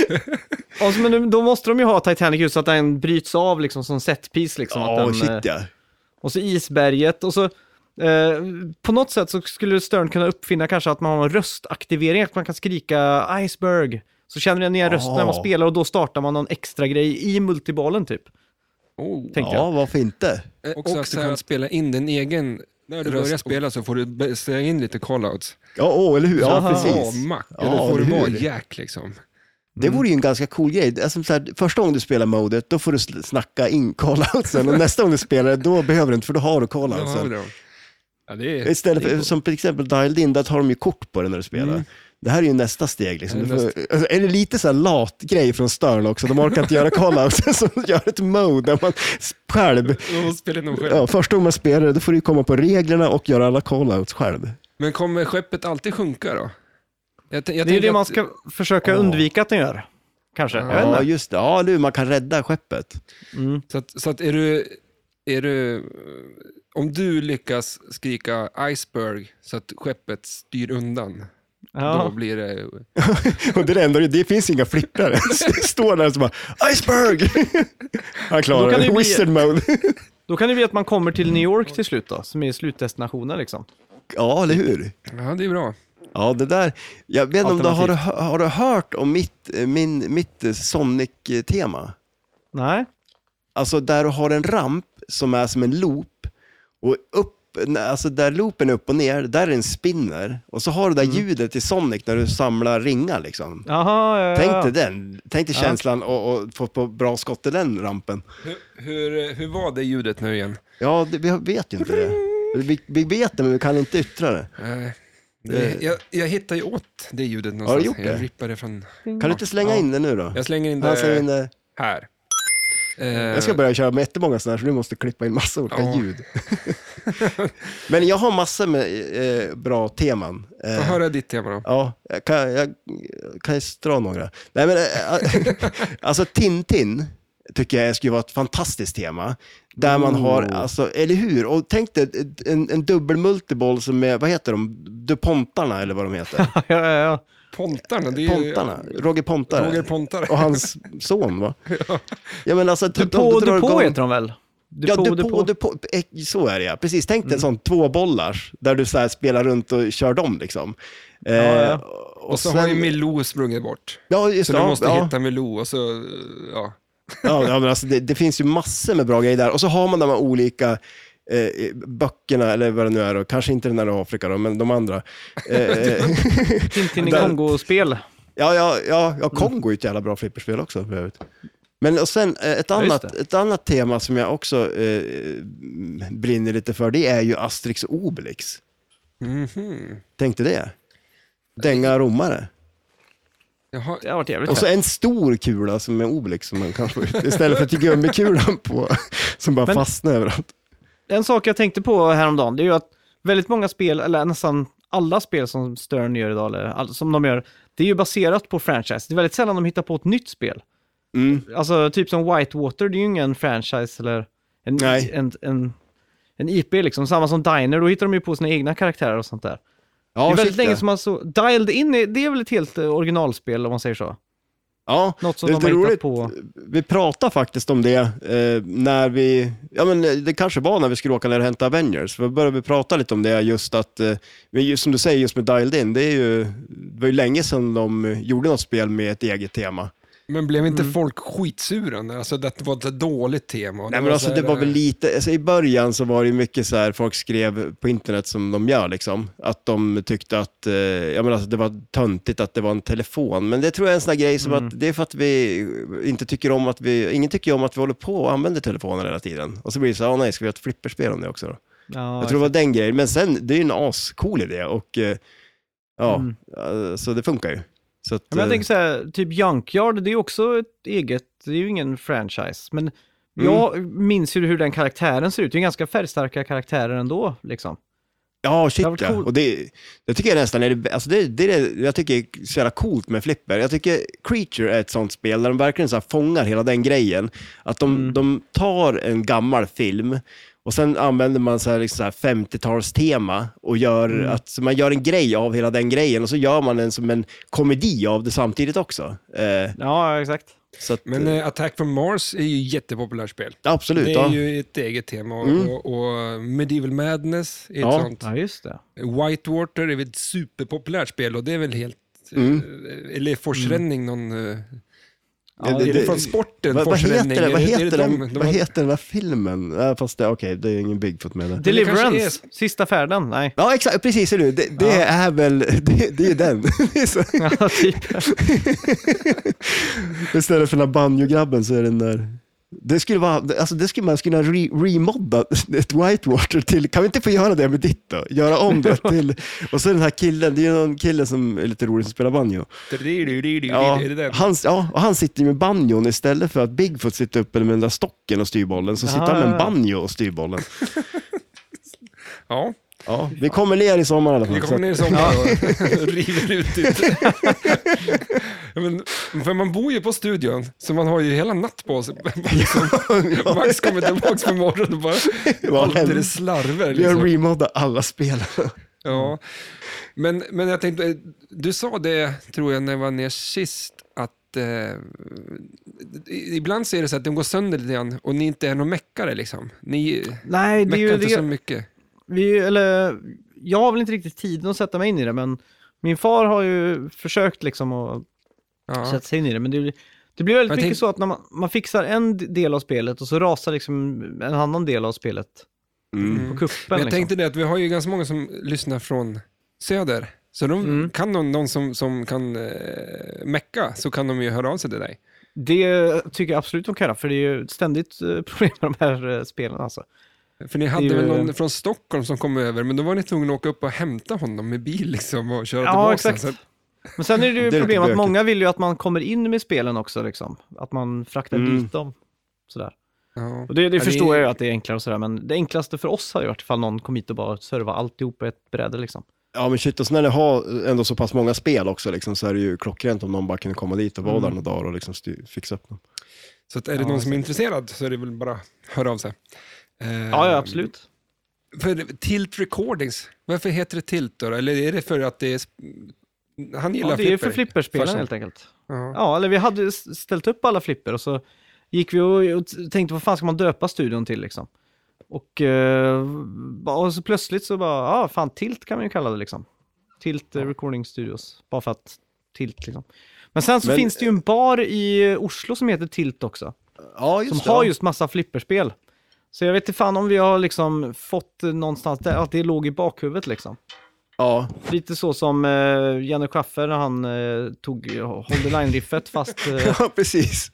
Alltså, men då måste de ju ha Titanic just så att den bryts av liksom, som setpiece. Liksom, ja, att den, shit ja. Och så isberget. Och så, eh, på något sätt så skulle Stern kunna uppfinna kanske att man har en röstaktivering, att man kan skrika iceberg. Så känner den igen rösten när man spelar, och då startar man någon extra grej i multibollen typ. Oh, ja, jag. Varför inte? Eh, också att du kan spela in din egen... När du börjar spela så får du slänga in lite callouts. Ja, oh, eller hur? Ja, så precis. Ja, mack. Ja, eller får du vara jack liksom. Mm. Det vore ju en ganska cool grej. Alltså, så här, första gången du spelar modet, då får du snacka in calloutsen. Och nästa gång du spelar, då behöver du inte, för då har du calloutsen. Ja, ja, det är, istället för, det är som till exempel Dialed In, där tar de ju kort på det när du spelar. Mm. Det här är ju nästa steg. Liksom. Är, det nästa... Får, alltså, är det lite så här lat grej från Stern också? De orkar inte göra callouts, så gör ett mode där man själv... själv. Ja, första gången man spelar, då får du komma på reglerna och göra alla callouts själv. Men kommer skeppet alltid sjunka då? Jag t- jag det är det att... man ska försöka oh. undvika att den gör. Kanske. Ja, ja just det. Ja, nu man kan rädda skeppet. Mm. Så, att, så att är du... Är du... Om du lyckas skrika iceberg så att skeppet styr undan... Ja. Då blir det... och det, ändå, det finns inga flipprar. Står där och så bara iceberg! Han klarar det. Wizard mode. Då kan det bli att man kommer till New York till slut då, som är slutdestinationen liksom. Ja, eller hur? Ja, det är bra. Ja, det där... Jag vet inte om du har, har du hört om mitt, min, mitt Sonic-tema? Nej. Alltså där du har en ramp som är som en loop, och upp, alltså där loopen är upp och ner, där är en spinner, och så har du det där mm. ljudet i Sonic när du samlar ringar liksom. Jaha, ja, ja. Tänk dig den, tänk dig känslan ja. och, och få på bra skott i den rampen. Hur, hur, hur var det ljudet nu igen? Ja, det, vi vet ju inte det. Vi, vi vet det, men vi kan inte yttra det. Nej. Det, jag, jag hittar ju åt det ljudet någonstans. Har du gjort det? Jag rippar det från... Kan du inte slänga Ja. in det nu då? Jag slänger in Han det slänger in det. här. Eh, Jag ska börja köra med jättemånga sådana här, så du måste klippa in massa olika Ja. ljud. Men jag har massor med eh, bra teman. Få Eh, höra ditt tema då. Ja, jag kan, jag kan ju dra några. Nej, men, äh, alltså Tintin tycker jag skulle vara ett fantastiskt tema. Där man har, alltså, eller hur? Och tänk dig en, en dubbel multiboll som är, vad heter de? DuPontarna eller vad de heter. ja, ja, ja. Pontarna, det är ju... Pontarna, Roger Pontare. Roger Pontare. Och hans son, va? ja. ja, men alltså... Dupå, Dupå heter de väl? Ja, Dupå, Dupå, så är det ja. Precis, tänk dig en sån två bollar där du så här spelar runt och kör dem liksom. Ja, ja. Eh, Och, och så sen, har ju Milou sprungit bort. Ja, just Så det. du Ja, måste ja. hitta Milou och så, ja. Ja, ja, men alltså det, det finns ju massor med bra grejer där. Och så har man de här olika eh, böckerna, eller vad det nu är då. Kanske inte den här Afrika då, men de andra. Eh, Tintin i Där- Kongo-spel. ja, ja, ja, ja, Kongo är ett jävla bra flipperspel också. för övrigt. Men och sen eh, ett, Ja, just annat, ett annat tema som jag också eh, brinner lite för, det är ju Asterix och Obelix. Mhm. Tänkte det? Dänga romare. Jaha. Det har varit jävligt Och så fett. en stor kula som är Obelix som man kan få ut. Istället för till gummikulan på, som bara Men- fastnar överallt. En sak jag tänkte på häromdagen, det är ju att väldigt många spel, eller nästan alla spel som Stern gör idag, eller all, som de gör, det är ju baserat på franchise. Det är väldigt sällan de hittar på ett nytt spel. Mm. Alltså typ som Whitewater, det är ju ingen franchise eller en, Nej. en, en, en I P liksom. Samma som Diner, då hittar de ju på sina egna karaktärer och sånt där. Ja, det är väldigt shit, länge ja. som man så... Dialed In, är- det är väl ett helt eh, originalspel om man säger så. Ja, Något som det är de har lite hittat roligt. på. Vi pratade faktiskt om det eh, när vi, ja men eh, det kanske var när vi skulle åka ner och hämta Avengers. Då började vi prata lite om det, just att, eh, men just som du säger, just med Dialed In, det är ju, det var ju länge sedan de gjorde något spel med ett eget tema. Men blev inte folk skitsura? när- Alltså det var ett dåligt tema. Nej men var alltså så det här, var väl lite, alltså, i början så var det ju mycket så här, folk skrev på internet som de gör liksom, att de tyckte att, eh, ja men alltså det var töntigt att det var en telefon, men det tror jag är en sån här grej som Mm. att det är för att vi inte tycker om att vi, ingen tycker om att vi håller på och använder telefoner hela tiden, och så blir det så här, åh nej, ska vi ha ett flipperspel om det också då? Ja, Jag tror det var den grejen, men sen, det är ju en ascool idé och eh, ja, Mm. eh, så det funkar ju. Så att, Men jag eh, tänker så här, typ Junkyard, det är ju också ett eget, det är ju ingen franchise. Men Mm. jag minns ju hur den karaktären ser ut. Det är ju ganska färgstarka karaktärer ändå, liksom. Ja, shit Det har varit ja. coolt. Och det, det tycker jag nästan är det, alltså det, det är det jag tycker är så jävla coolt med flipper. Jag tycker Creature är ett sånt spel där de verkligen så här fångar hela den grejen. Att de, Mm. de tar en gammal film och sen använder man så här, liksom så här femtio-talstema och gör Mm. att så man gör en grej av hela den grejen, och så gör man en som en komedi av det samtidigt också. Eh, Ja, exakt. så att, Men eh, Attack from Mars är ju ett jättepopulärt spel. absolut. Det är Ja. ju ett eget tema. Och, Mm. och, och Medieval Madness är ett Ja. sånt. Ja, just det. Whitewater är väl ett superpopulärt spel och det är väl helt... Mm. eh, Eller är forsränning någon... eh, Ja, det- är det det- från sporten? Vad, vad forsränning? heter det? Vad Är heter, är det den, de- de vad har- heter den här filmen? Äh, fast det, okej, det är ingen Bigfoot med det. Deliverance, kanske sista färden, nej. Ja, exakt, precis, eller hur? Det, det Ja. är väl, det, det är ju den. Det är så, Ja, typ. istället för den här banjo-grabben så är den där. Det skulle vara, alltså det skulle man skulle kunna re, remodda ett Whitewater till, kan vi inte få göra det med ditt då? Göra om det till, och så den här killen, det är ju någon kille som är lite rolig som spelar banjo. Ja, Är det den? han, ja, och han sitter ju med banjon istället för att Bigfoot sitter uppe med den där stocken och styrbollen, så sitter Ja, han med en ja. banjo och styrbollen. Ja, Ja, vi kommer ner i sommar i alla fall. vi så kommer ner i sommar och river ut det. Ja, men, för man bor ju på studion, så man har ju hela natt på sig. Liksom, Max kommer tillbaka på morgonen och bara, Vad allt är händer? det slarver. Vi har Liksom. remoddat alla spel. Ja. Men, men jag tänkte, du sa det, tror jag, när jag var ner sist, att eh, ibland så är det så att de går sönder lite grann och ni inte är någon meckare liksom. Ni Nej, det är meckar ju inte så det. mycket. Vi, eller, jag har väl inte riktigt tiden att sätta mig in i det, men min far har ju försökt liksom att Ja. sätta sig in i det. Men det, det blir väldigt Jag mycket tänk- så att när man, man fixar en d- del av spelet och så rasar liksom en annan del av spelet Mm. på kuppen. Men jag liksom. tänkte det att vi har ju ganska många som lyssnar från söder. Så de, Mm. kan någon, någon som, som kan eh, mecka, så kan de ju höra av sig till dig. Det tycker jag absolut de kan göra, för det är ju ett ständigt eh, problem med de här eh, spelen alltså. För ni hade Det är väl ju- någon från Stockholm som kom över, men då var ni tvungna att åka upp och hämta honom med bil liksom och köra Ja, tillbaka. exakt. Så att, Men sen är det ju Det är lite problem att bökigt. många vill ju att man kommer in med spelen också liksom. Att man fraktar Mm. dit dem. Sådär. ja. Och det, det Ja, förstår det- jag ju att det är enklare och sådär, men det enklaste för oss hade ju varit ifall någon kom hit och bara serva alltihop på ett bräde liksom. Ja men shit, och så när ni har ändå så pass många spel också liksom, så är det ju klockrent om någon bara kunde komma dit och vara Mm. där några dagar och liksom styr, fixa upp dem. Så att är det Ja, någon som är exakt. intresserad så är det väl bara att höra av sig. Eh, Ja, ja, absolut. För Tilt Recordings, varför heter det Tilt då? Eller är det för att det är... sp- Han gillar Ja, det är ju för flipper. flipperspelen Farsan. helt enkelt. Ja. Ja, eller vi hade s- ställt upp alla flipper och så gick vi och, och t- tänkte vad fan ska man döpa studion till liksom. Och, eh, ba- och så plötsligt så bara, ja fan Tilt kan man ju kalla det liksom. Tilt eh, Recording Studios, bara för att Tilt liksom. Men sen så Men- finns det ju en bar i Oslo som heter Tilt också. Ja Som det. har just massa flipperspel. Så jag vet inte fan om vi har liksom fått eh, någonstans där, att det låg i bakhuvudet liksom. Ja, Lite så som eh, Janne Schaffer när han eh, tog eh, Hold the Line-riffet fast... Eh, ja precis.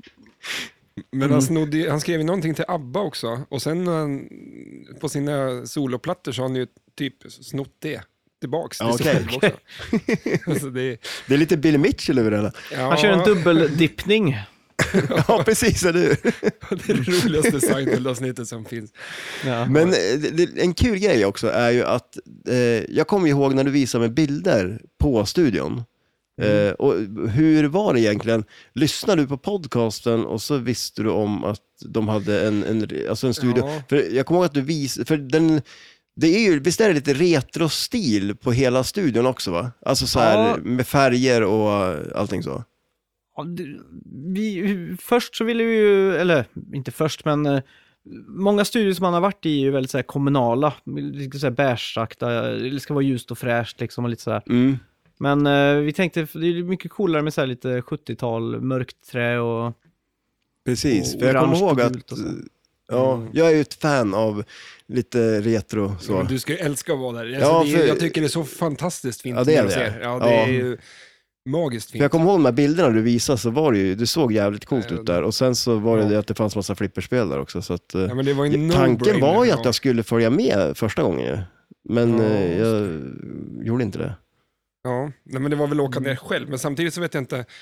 Men han, snodde, ju- han skrev ju någonting till ABBA också. Och sen eh, på sina soloplattor så har han ju typ snott det tillbaks till Ja, sig okej. själv också. Alltså det, Det är lite Billy Mitchell över det hela. ja, Han kör en dubbeldippning. Ja precis, är du. det är det roligaste Seinfeld-avsnittet som finns. Ja. Men eh, det, det, en kul grej också är ju att eh, jag kommer ihåg när du visade mig bilder på studion. Mm. Eh, och hur var det egentligen? Lyssnade du på podcasten och så visste du om att de hade en, en, alltså en studio? Ja. För jag kommer ihåg att du visade, för den, det är ju, visst är det lite retro-stil på hela studion också va? Alltså så här Ja. med färger och allting så. Ja, det- vi, först så ville vi ju, eller inte först men eh, många studier som man har varit i är ju väldigt så här, kommunala, lite så här bärsakta, det ska vara ljust och fräscht liksom och lite sådär. Mm. Men eh, vi tänkte, det är mycket coolare med så här lite sjuttiotal, mörkt trä och Precis, Och för jag kommer orange ihåg och att gult och så. ja, Mm. jag är ju ett fan av lite retro så. Ja, du ska ju älska att vara där. Alltså, Ja, det är, för- jag tycker det är så fantastiskt fint. Ja, det är när du det. ser. Ja, det Ja. är ju magiskt För fint. jag kommer ihåg de här bilderna du visade så var det ju, det såg jävligt coolt Ja, ut där. Och sen så var det ja. det att det fanns massa flipperspel där också. Så att, eh, Ja, men det var ju tanken no-brainer. var ju att Ja. jag skulle följa med första gången ju. Men Ja, eh, just jag gjorde inte det. Ja, nej, men det var väl åka Mm. ner själv. Men samtidigt så vet jag inte.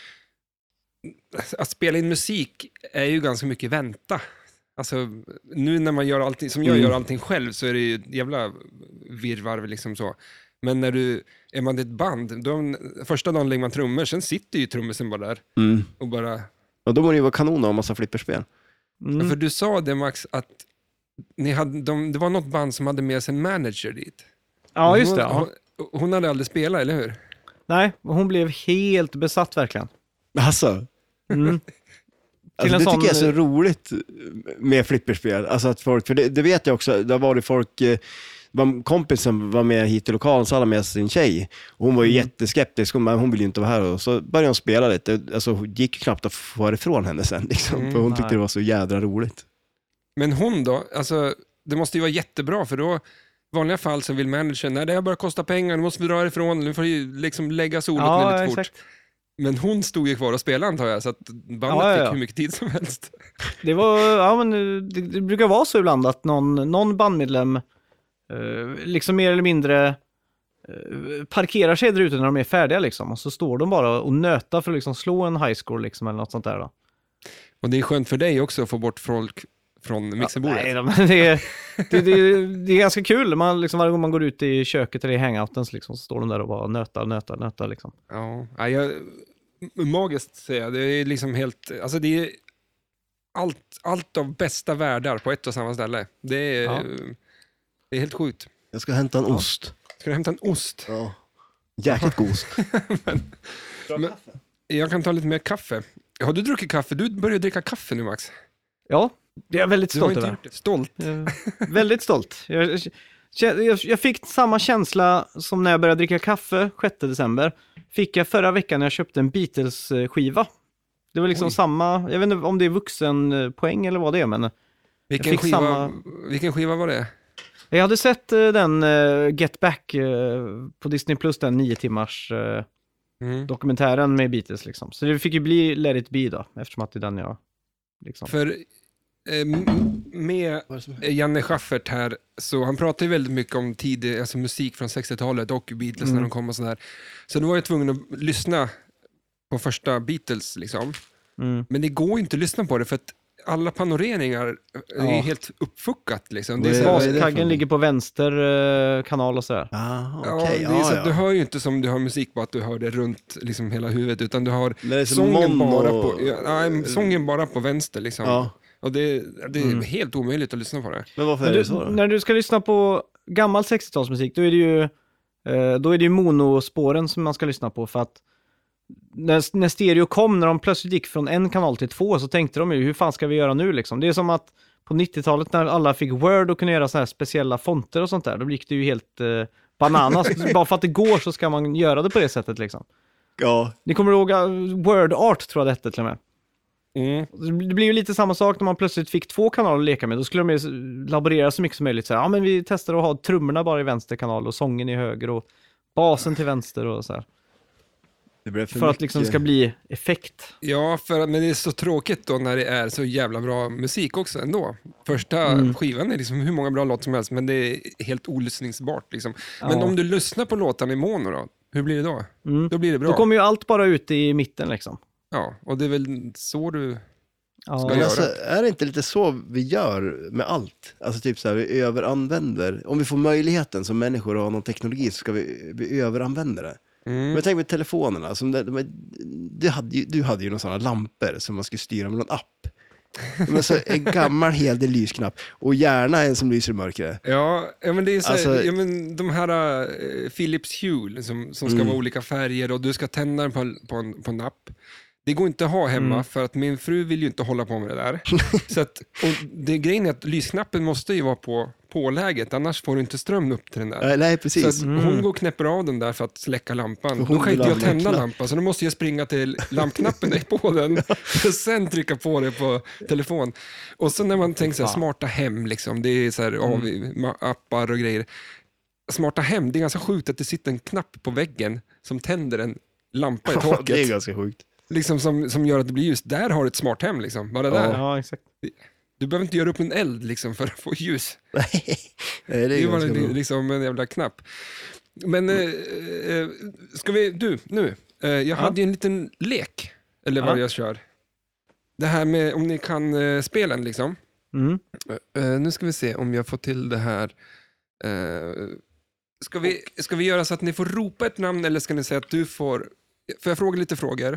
Att spela in musik är ju ganska mycket vänta. Alltså, nu när man gör allting, som jag Mm. gör allting själv så är det ju ett jävla virrvarv liksom så. Men när du, är man ett band, då, första dagen lägger man trummor, sen sitter ju trummisen bara där Mm. och bara... Och då var det ju vara kanon att ha massa flipperspel. mm. Ja, för du sa det Max, att ni hade, de, det var något band som hade med sig en manager dit. Ja, just det. Hon, Ja. hon, hon hade aldrig spelat, eller hur? Nej, hon blev helt besatt verkligen. Alltså, Mm. alltså en det sån- tycker jag är så roligt med flipperspel. Alltså att folk, för det, det vet jag också, det har varit folk, eh, var kompisen var med hit till lokalen så hade han med sin tjej. Och hon var ju Mm. jätteskeptisk, men hon ville ju inte vara här. Och så började hon spela lite, alltså hon gick ju knappt att få ifrån henne sen. Liksom, Mm, för hon tyckte nej. det var så jädra roligt. Men hon då, alltså det måste ju vara jättebra för då, i vanliga fall så vill managern, nej det här börjar kosta pengar, nu måste vi dra ifrån, nu får ju liksom lägga solot ner Ja, lite fort. exakt. Men hon stod ju kvar och spelade antar jag, så att bandet Ja, ja, ja. fick hur mycket tid som helst. Det var, ja men det, det brukar vara så ibland att någon, någon bandmedlem eh, liksom mer eller mindre eh, parkerar sig där ute när de är färdiga liksom. Och så står de bara och nötar för att liksom slå en high score liksom eller något sånt där då. Och det är skönt för dig också att få bort folk från mixerbordet. Nej, men det, är, det, det, det är ganska kul. Man, liksom, varje gång man går ut i köket eller i hangoutens liksom, så står de där och bara nötar, nötar, nötar liksom. Ja, ja, jag, magiskt säger jag, det är liksom helt, alltså det är allt, allt av bästa världar på ett och samma ställe. Det är, Ja. det är helt sjukt. Jag ska hämta en Ja. ost. Ska du hämta en ost? Ja. Jäkligt god ost. Men, jag kan ta lite mer kaffe. Har du druckit kaffe? Du börjar dricka kaffe nu Max. Ja, det är jag väldigt Du har stolt inte över. gjort det. Stolt? Eh, väldigt stolt. Jag, jag, jag fick samma känsla som när jag började dricka kaffe sjätte december. Fick jag förra veckan när jag köpte en Beatles-skiva. Det var liksom Oj. samma, jag vet inte om det är vuxenpoäng eller vad det är, men Vilken fick skiva, samma- vilken skiva var det? jag hade sett eh, den eh, Get Back eh, på Disney Plus, den nio timmars eh, Mm. dokumentären med Beatles liksom. Så det fick ju bli Let It Be då, eftersom att det är den jag liksom. För eh, m- med Janne Schaffert här, så han pratar ju väldigt mycket om tidig, alltså musik från sextiotalet och Beatles Mm. när de kom och sådär. Så då var jag tvungen att lyssna på första Beatles liksom. Mm. Men det går ju inte att lyssna på det för att alla panoreringar är Ja. helt uppfuckat liksom. Det är Vad så är- här, vad är det för Baskaggen något? ligger på vänster eh, kanal och sådär. Ah, ja, okej. det är så ja, att du ja. hör ju inte som du hör musik på att du hör det runt liksom hela huvudet, utan du har Men det är som sången mono- bara på, ja, nej, sången bara på vänster liksom. Ja. Och det, det är Mm. helt omöjligt att lyssna på det. Men varför Men är det du, så då? när du ska lyssna på gammal sextiotalsmusik, då är det ju eh, då är det ju monospåren som man ska lyssna på, för att när, när stereo kom, när de plötsligt gick från en kanal till två, så tänkte de ju, hur fan ska vi göra nu liksom? Det är som att på nittiotalet när alla fick Word och kunde göra så här speciella fonter och sånt där, då gick det ju helt eh, bananas. Bara för att det går så ska man göra det på det sättet liksom. Ja, Ni kommer ihåg uh, Word Art, tror jag det hette till och med. Mm. Det blir ju lite samma sak när man plötsligt fick två kanaler att leka med. Då skulle de ju laborera så mycket som möjligt. Så här, ja, men vi testar att ha trummorna bara i vänster kanal och sången i höger och basen till vänster och så här. det blev för, För att mycket. liksom ska bli effekt. Ja, för, men det är så tråkigt då när det är så jävla bra musik också ändå. Första Mm. skivan är liksom hur många bra låtar som helst, men det är helt olyssningsbart liksom. Men Ja. om du lyssnar på låtarna i mono då, hur blir det då? Mm. Då blir det bra. Då kommer ju allt bara ut i mitten liksom. Ja, och det är väl så du... Ja, Ska Men jag- alltså, är det inte lite så vi gör med allt? Alltså typ så här, vi överanvänder. Om vi får möjligheten som människor att ha någon teknologi så ska vi, vi överanvända det. Mm. Men tänk med telefonerna. Som det, de, du, hade ju, du hade ju några sådana lampor som man skulle styra med någon app. Men så en gammal hel del lysknapp. Och gärna en som lyser i mörkret. Ja, ja, men det är så här, Alltså- ja, men de här uh, Philips Hue som, som ska Mm. vara olika färger och du ska tända den på, på, en, på en app. Det går inte att ha hemma Mm. för att min fru vill ju inte hålla på med det där. Så att, och det grejen är att lysknappen måste ju vara på påläget, annars får du inte ström upp till den där. Nej, nej Så precis. att Mm. hon går och knäpper av den där för att släcka lampan. För hon Då kan vill inte jag ha en tända knapp. lampan, så då måste jag springa till lampknappen är på den och sen trycka på det på telefon. Och så när man tänker så här, smarta hem, liksom, det är så här, ja, Mm. vi- ma- appar och grejer. Smarta hem, det är ganska sjukt att det sitter en knapp på väggen som tänder en lampa i Ja, taket. det är ganska sjukt. Liksom som, som gör att det blir ljus. Där har du ett smart hem, liksom. Bara där. ja, exakt. Du behöver inte göra upp en eld liksom, för att få ljus. Nej, nej, det Det är är bara ganska en, bra. liksom en jävla knapp. Men eh, eh, ska vi, du, nu. Eh, jag hade ju en liten lek, eller vad Ja. jag kör. Det här med om ni kan eh, spelen liksom. Mm. Eh, nu ska vi se om jag får till det här. Eh, ska, vi, ska vi göra så att ni får ropa ett namn, eller ska ni säga att du får... Får jag fråga lite frågor?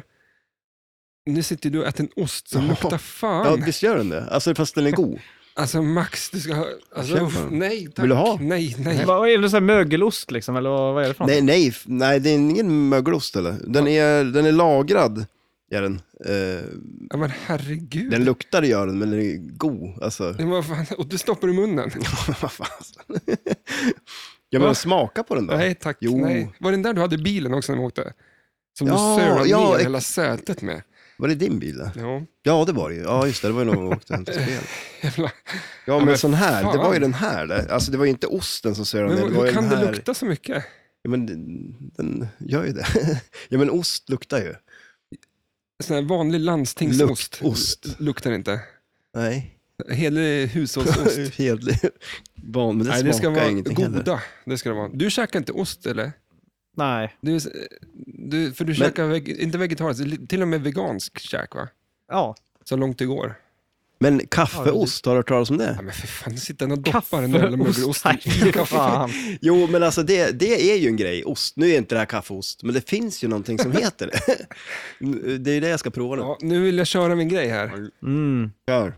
Nu sitter du och äter en ost som Ja. luktar fan. Ja, visst gör den det? Alltså fast den är god. Alltså Max, du ska ha... Alltså, Känn på den. nej, tack. Vill du ha? Nej, nej. Vad är det, så här mögelost liksom, eller vad vad är det för något? Nej, nej, f- nej, det är ingen mögelost eller? Den är, den är lagrad, är den. Eh, Ja, men herregud. den luktar gör den, men den är god. Alltså, Men vad fan, och du stoppar i munnen? vad fan. Ja, men Va? smaka på den då. Nej tack, Jo. nej. Var det den där du hade i bilen också när vi åkte? Som Ja, du sölade ja, ner ex- hela sätet med. Var det din bil? Där? Ja, Ja, det var det ju. Ja, just det, det var ju nog åkte hem till spel. jävla. Ja, men, men sån här, det fan. var ju den här. Där. Alltså det var ju inte osten som sörade Men ner, det var hur ju kan den det här. lukta så mycket? Ja, men den, den gör ju det. Ja, men ost luktar ju. Sån här vanlig landstingsost. Luktost. Luktar inte. Nej. Helig hushållsost. Helt van, men det Nej, det ska smakar vara ingenting goda. heller. Det ska det vara. Du käkar inte ost eller? Nej. Du, du, för du käkar veg, inte vegetariskt, till och med vegansk käk va? Ja. Så långt det går. Men kaffeost, har du hört talas om det? Ja, men för fan, sitter den och doppar den där jävla Kaffeost. mögelosten Nej, i kaffe. fan. Jo, men alltså det, det är ju en grej. Ost, nu är inte det här kaffeost, men det finns ju någonting som heter det. Det är ju det jag ska prova nu. Ja, nu vill jag köra min grej här. Mm. Gör.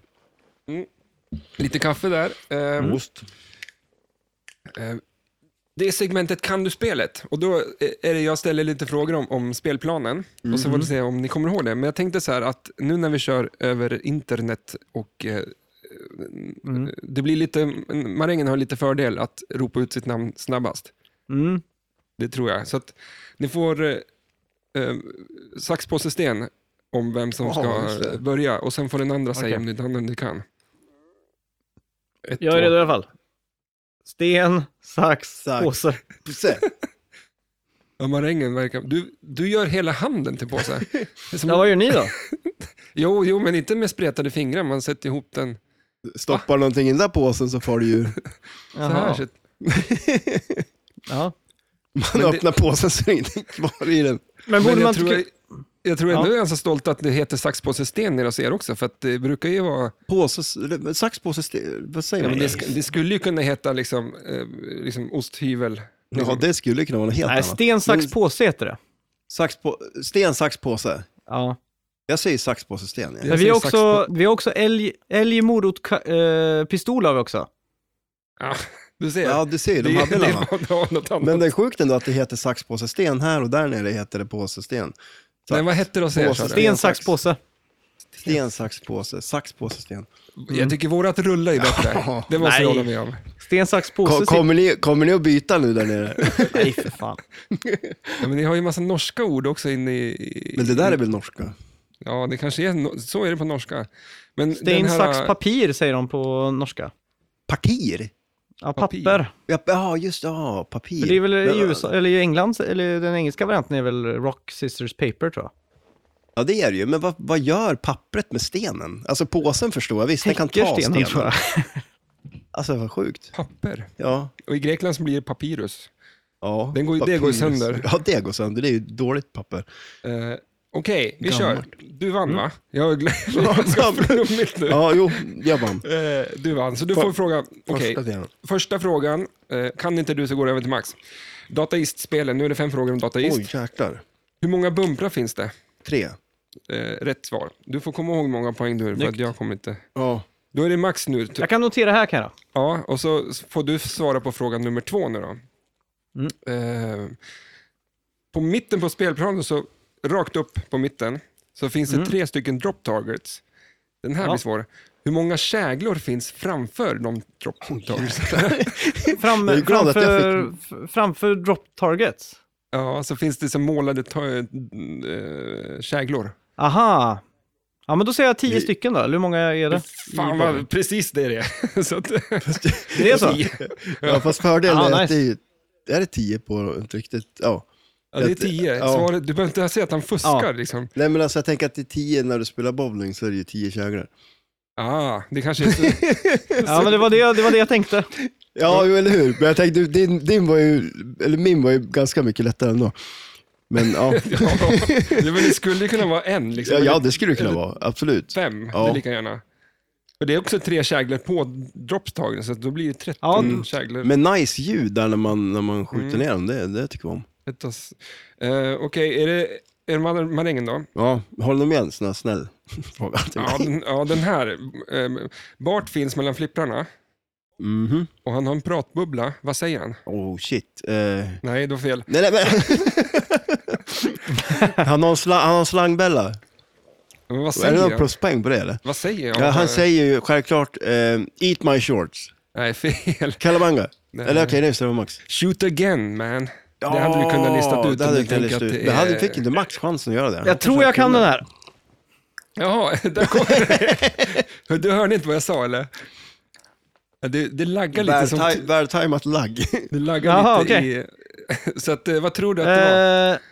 Lite kaffe där. Eh, Ost. eh, det är segmentet Kan du spelet? Och då är det jag ställer lite frågor om, om spelplanen. Och så får vi se om ni kommer ihåg det. Men jag tänkte så här att nu när vi kör över internet och eh, Mm. det blir lite, marängen har lite fördel att ropa ut sitt namn snabbast. Mm. Det tror jag. Så att ni får eh, eh, sax, påse, sten om vem som Ja, ska just det. eh, börja. Och sen får den andra säga Okej. om den andra inte kan. Ett, Jag är två. redo i alla fall. Sten, sax, Sax. påse. Se. Ja, marängen verkar... Du, du gör hela handen till påse. Det är som- Ja, vad gör ni då? Jo, jo, men inte med spretade fingrar. Man sätter ihop den. stoppar någonting i den där påsen så får du ju... Så här, så, Ja. Man det- öppnar påsen så är det ingenting kvar i den. Men borde men man jag tror, tycka... jag, jag tror ändå Ja. jag är ganska stolt att det heter saxpåsesten nere hos er också, för att det brukar ju vara... Påses, saxpåse, vad säger Ja, man? men det, sk- det skulle ju kunna heta liksom, eh, liksom osthyvel. Ja, det skulle kunna vara något helt Nej, annat. sten, sax, Men- påse heter det. Sax på, sten, sax, påse. Ja. Jag säger sax, påse, sten. Ja. Jag Men vi säger har sax också, vi har också älg, älg morot, ka- eh, pistol har vi också. Ja, du ser. Ja, du ser, de det, hade det, något. var, det var något annat. Men det är sjukt ändå att det heter sax, påse, sten här och där nere heter det påse, sten. Men vad hette det hos er? Påse, sa du? Sten, sax, påse. Sten, sax, påse, sax, påse, sten. Jag tycker vårat rulla är bättre. Det måste jag Nej. hålla med om. Sten, sax, påse. Ko- Kommer ni, kommer ni att byta nu där nere? Nej, för fan. Ja, men ni har ju massa norska ord också inne i... i Men det där är väl norska? Ja, det kanske är... No... Så är det på norska. Men Sten, den här... sax, papir säger de på norska. Papir? Ja, Papir. papper. Ja, ja, just det, ja, papir. För det är väl i Men- U S A, eller i England, eller den engelska varianten är väl rock, scissors, paper tror jag. Ja, det är det ju. Men vad, vad gör pappret med stenen? Alltså påsen förstår jag, visst, den kan Täcker ta stenen, stenen. tror jag. Alltså, vad sjukt. Papper. Ja, Och i Grekland så blir det papyrus. ja. Den går- det går ju Papyrus. sönder. Ja, det går sönder. Det är ju dåligt papper. Eh, Okej, vi Gammalt. kör. Du vann va? Jag är glad- ganska flummigt nu. Ja, jo, jag vann. Eh, du vann, så du För- får fråga. Okej, Första delen. första frågan. Eh, kan inte du så går det över till Max. Data East-spelen, nu är det fem frågor om Data East. Oj, jäklar. Hur många bumprar finns det? Tre. Eh, rätt svar. Du får komma ihåg hur många poäng du har, för att Snyggt. jag kommer inte... Ja. Då är det Max nu. Jag kan notera här kan jag. Ja, och så får du svara på fråga nummer två nu då. Mm. Eh, på mitten på spelplanen, så rakt upp på mitten, så finns det Mm. tre stycken drop targets. Den här Ja. blir svår. Hur många käglor finns framför de drop targets? Fram, Jag är glad att jag framför, f- framför drop targets. Ja, så finns det som målade ta- äh, käglor. Aha. Ja, men då säger jag tio Det- stycken då. Eller hur många är det? Fan vad precis det är det. Så att, Det är så? tio. Ja, fast fördelen Ja, är att nice. det är ju... Är det tio på inte riktigt? Ja. Ja, det är tio. Ja. Svaret, du behöver inte säga att han fuskar Ja. liksom. Nej, men alltså jag tänker att det är tio när du spelar bowling så är det ju tio käglor. Ah, det kanske är så. Ja, men det var det, det var det jag tänkte. Ja, jo, eller hur? Men jag tänkte, din, din var ju, eller min var ju ganska mycket lättare ändå. Men ja, Ja, det, men det skulle ju kunna vara en. Liksom. ja, ja Eller det skulle det kunna eller vara, absolut. Fem, Ja. det är lika gärna. För det är också tre käglor på droppstagen, så att då blir det tretton Ja. käglor. Men nice ljud där när man, när man skjuter Mm. ner dem, det, det tycker jag om. Uh, Okej, är det, är det mar- marängen då? Ja, håll dem igen, snäll, snäll fråga till Ja mig. den, ja, den här. Um, Bart finns mellan flipprarna Mhm. och han har en pratbubbla. Vad säger han? Oh shit. Eh, Nej, då fel. nej, nej, men... han, har en slang, han har en slangbälla. Men vad Är det säger någon han? pluspoäng på det eller? Vad säger han? Ja, han säger ju självklart eh, eat my shorts. Nej, fel. Kalabanga. Nej. Eller okej, det var Max. Shoot again, man. Det hade du kunnat lista ut. Det om hade du vi kunnat tänker lista att ut. det Det hade, är- fick inte Max chansen att göra det. Jag tror jag kan den här. Jaha, där kommer det. Du hörde inte vad jag sa, eller? Ja, Det, det laggar lite som... Vältaj- Vältajmat lagg. Det laggar Jaha, lite okej. i... Så att, eh, vad tror du att det var? Eh,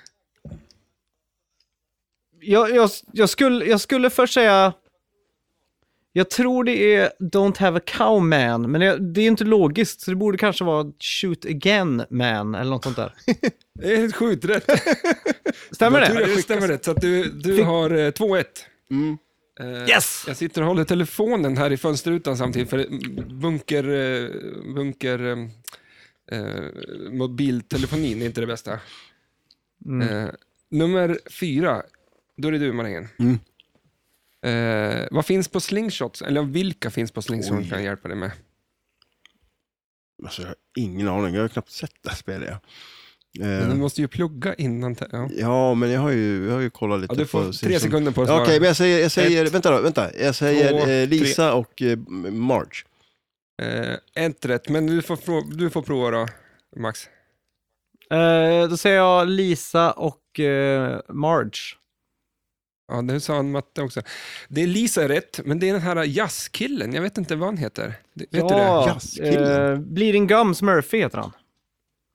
jag, jag, jag, skulle, jag skulle först säga... Jag tror det är Don't have a cow man, men det, det är inte logiskt, så det borde kanske vara Shoot again man, eller något sånt där. Det är helt sjukt rätt. Stämmer Jag tror det? det stämmer rätt. Så att du, du Fick- har eh, två ett. Mm. Eh, Yes! Jag sitter och håller telefonen här i fönsterrutan samtidigt, för bunker... eh, bunker eh, eh, mobiltelefonin är inte det bästa. Mm. Eh, nummer fyra, då är det du, Marängen. Mm. Eh, vad finns på slingshots? Eller vilka finns på slingshots Oj. kan jag hjälpa dig med? Alltså, jag har ingen aning, jag har knappt sett det här spelet. Ja. Men du Eh, måste ju plugga innan... te- Ja. ja, men jag har ju, jag har ju kollat lite Ja, du på... får tre Simpsons. sekunder på att Ja, svara. Okej, men jag säger, jag säger Ett, vänta då, vänta. Jag säger två, eh, Lisa och eh, Marge. Eh, ett rätt, men du får, frå- du får prova då, Max. Eh, då säger jag Lisa och eh, Marge. Ja, det sa han matte också. Det är Lisa rätt, men det är den här jazzkillen. Jag vet inte vad han heter. Det, vet du det? Ja, Jazzkillen. eh, Bleeding Gums Murphy heter han.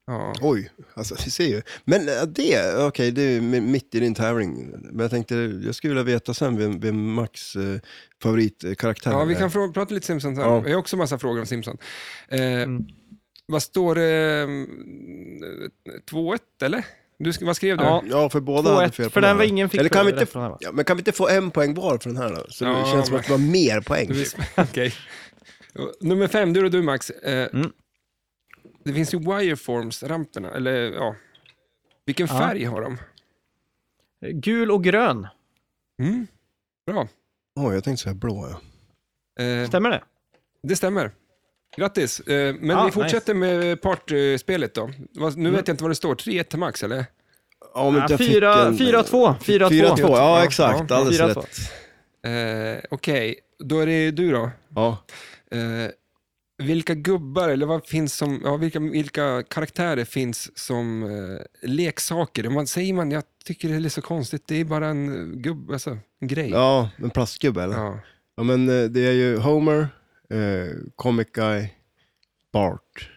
Ja. Oj, alltså vi ser ju. Men äh, det, okej, okay, det är mitt i din tävling. Men jag tänkte, jag skulle vilja veta sen vem, vem Max eh, favoritkaraktär Ja, vi är. kan frå- prata lite Simpsons här. Ja. Jag har också massa frågor om Simpsons. Eh, Mm. Vad står det? två ett eller? Du, sk- vad skrev du? Ja. Ja, för båda två hade ett, fel på för den den var här. ingen fick Eller kan vi rätt inte, från den här, va? ja, men kan vi inte få en poäng var för den här då? Så Ja, det känns som men- att det var mer poäng. Du, Okej. Nummer fem, du och du Max. Eh, Mm. Det finns ju wireforms-ramperna, eller ja. Vilken Ja. färg har de? Gul och grön. Mm. Bra. Oj, jag tänkte säga blå, ja. Eh, Stämmer det? det stämmer. Grattis. Eh, men Ja, vi fortsätter med partspelet då. Vad- Nu vet jag inte vad det står. tre ett till Max, eller? Ja, om inte Ja, jag fick fyra- en- fyra två. fyra två. fyra två, ja Ja, exakt. ja, Alldeles fyra rätt. två. Eh, Okej, då är det du då. Ja. Eh, vilka gubbar, eller vad finns som, ja, vilka, vilka karaktärer finns som eh, leksaker? Man säger man, jag tycker det är så konstigt, det är bara en gubb, alltså, en grej. ja, en plastgubbe eller? Ja. Ja. Men eh, det är ju Homer, eh, Comic Guy, Bart.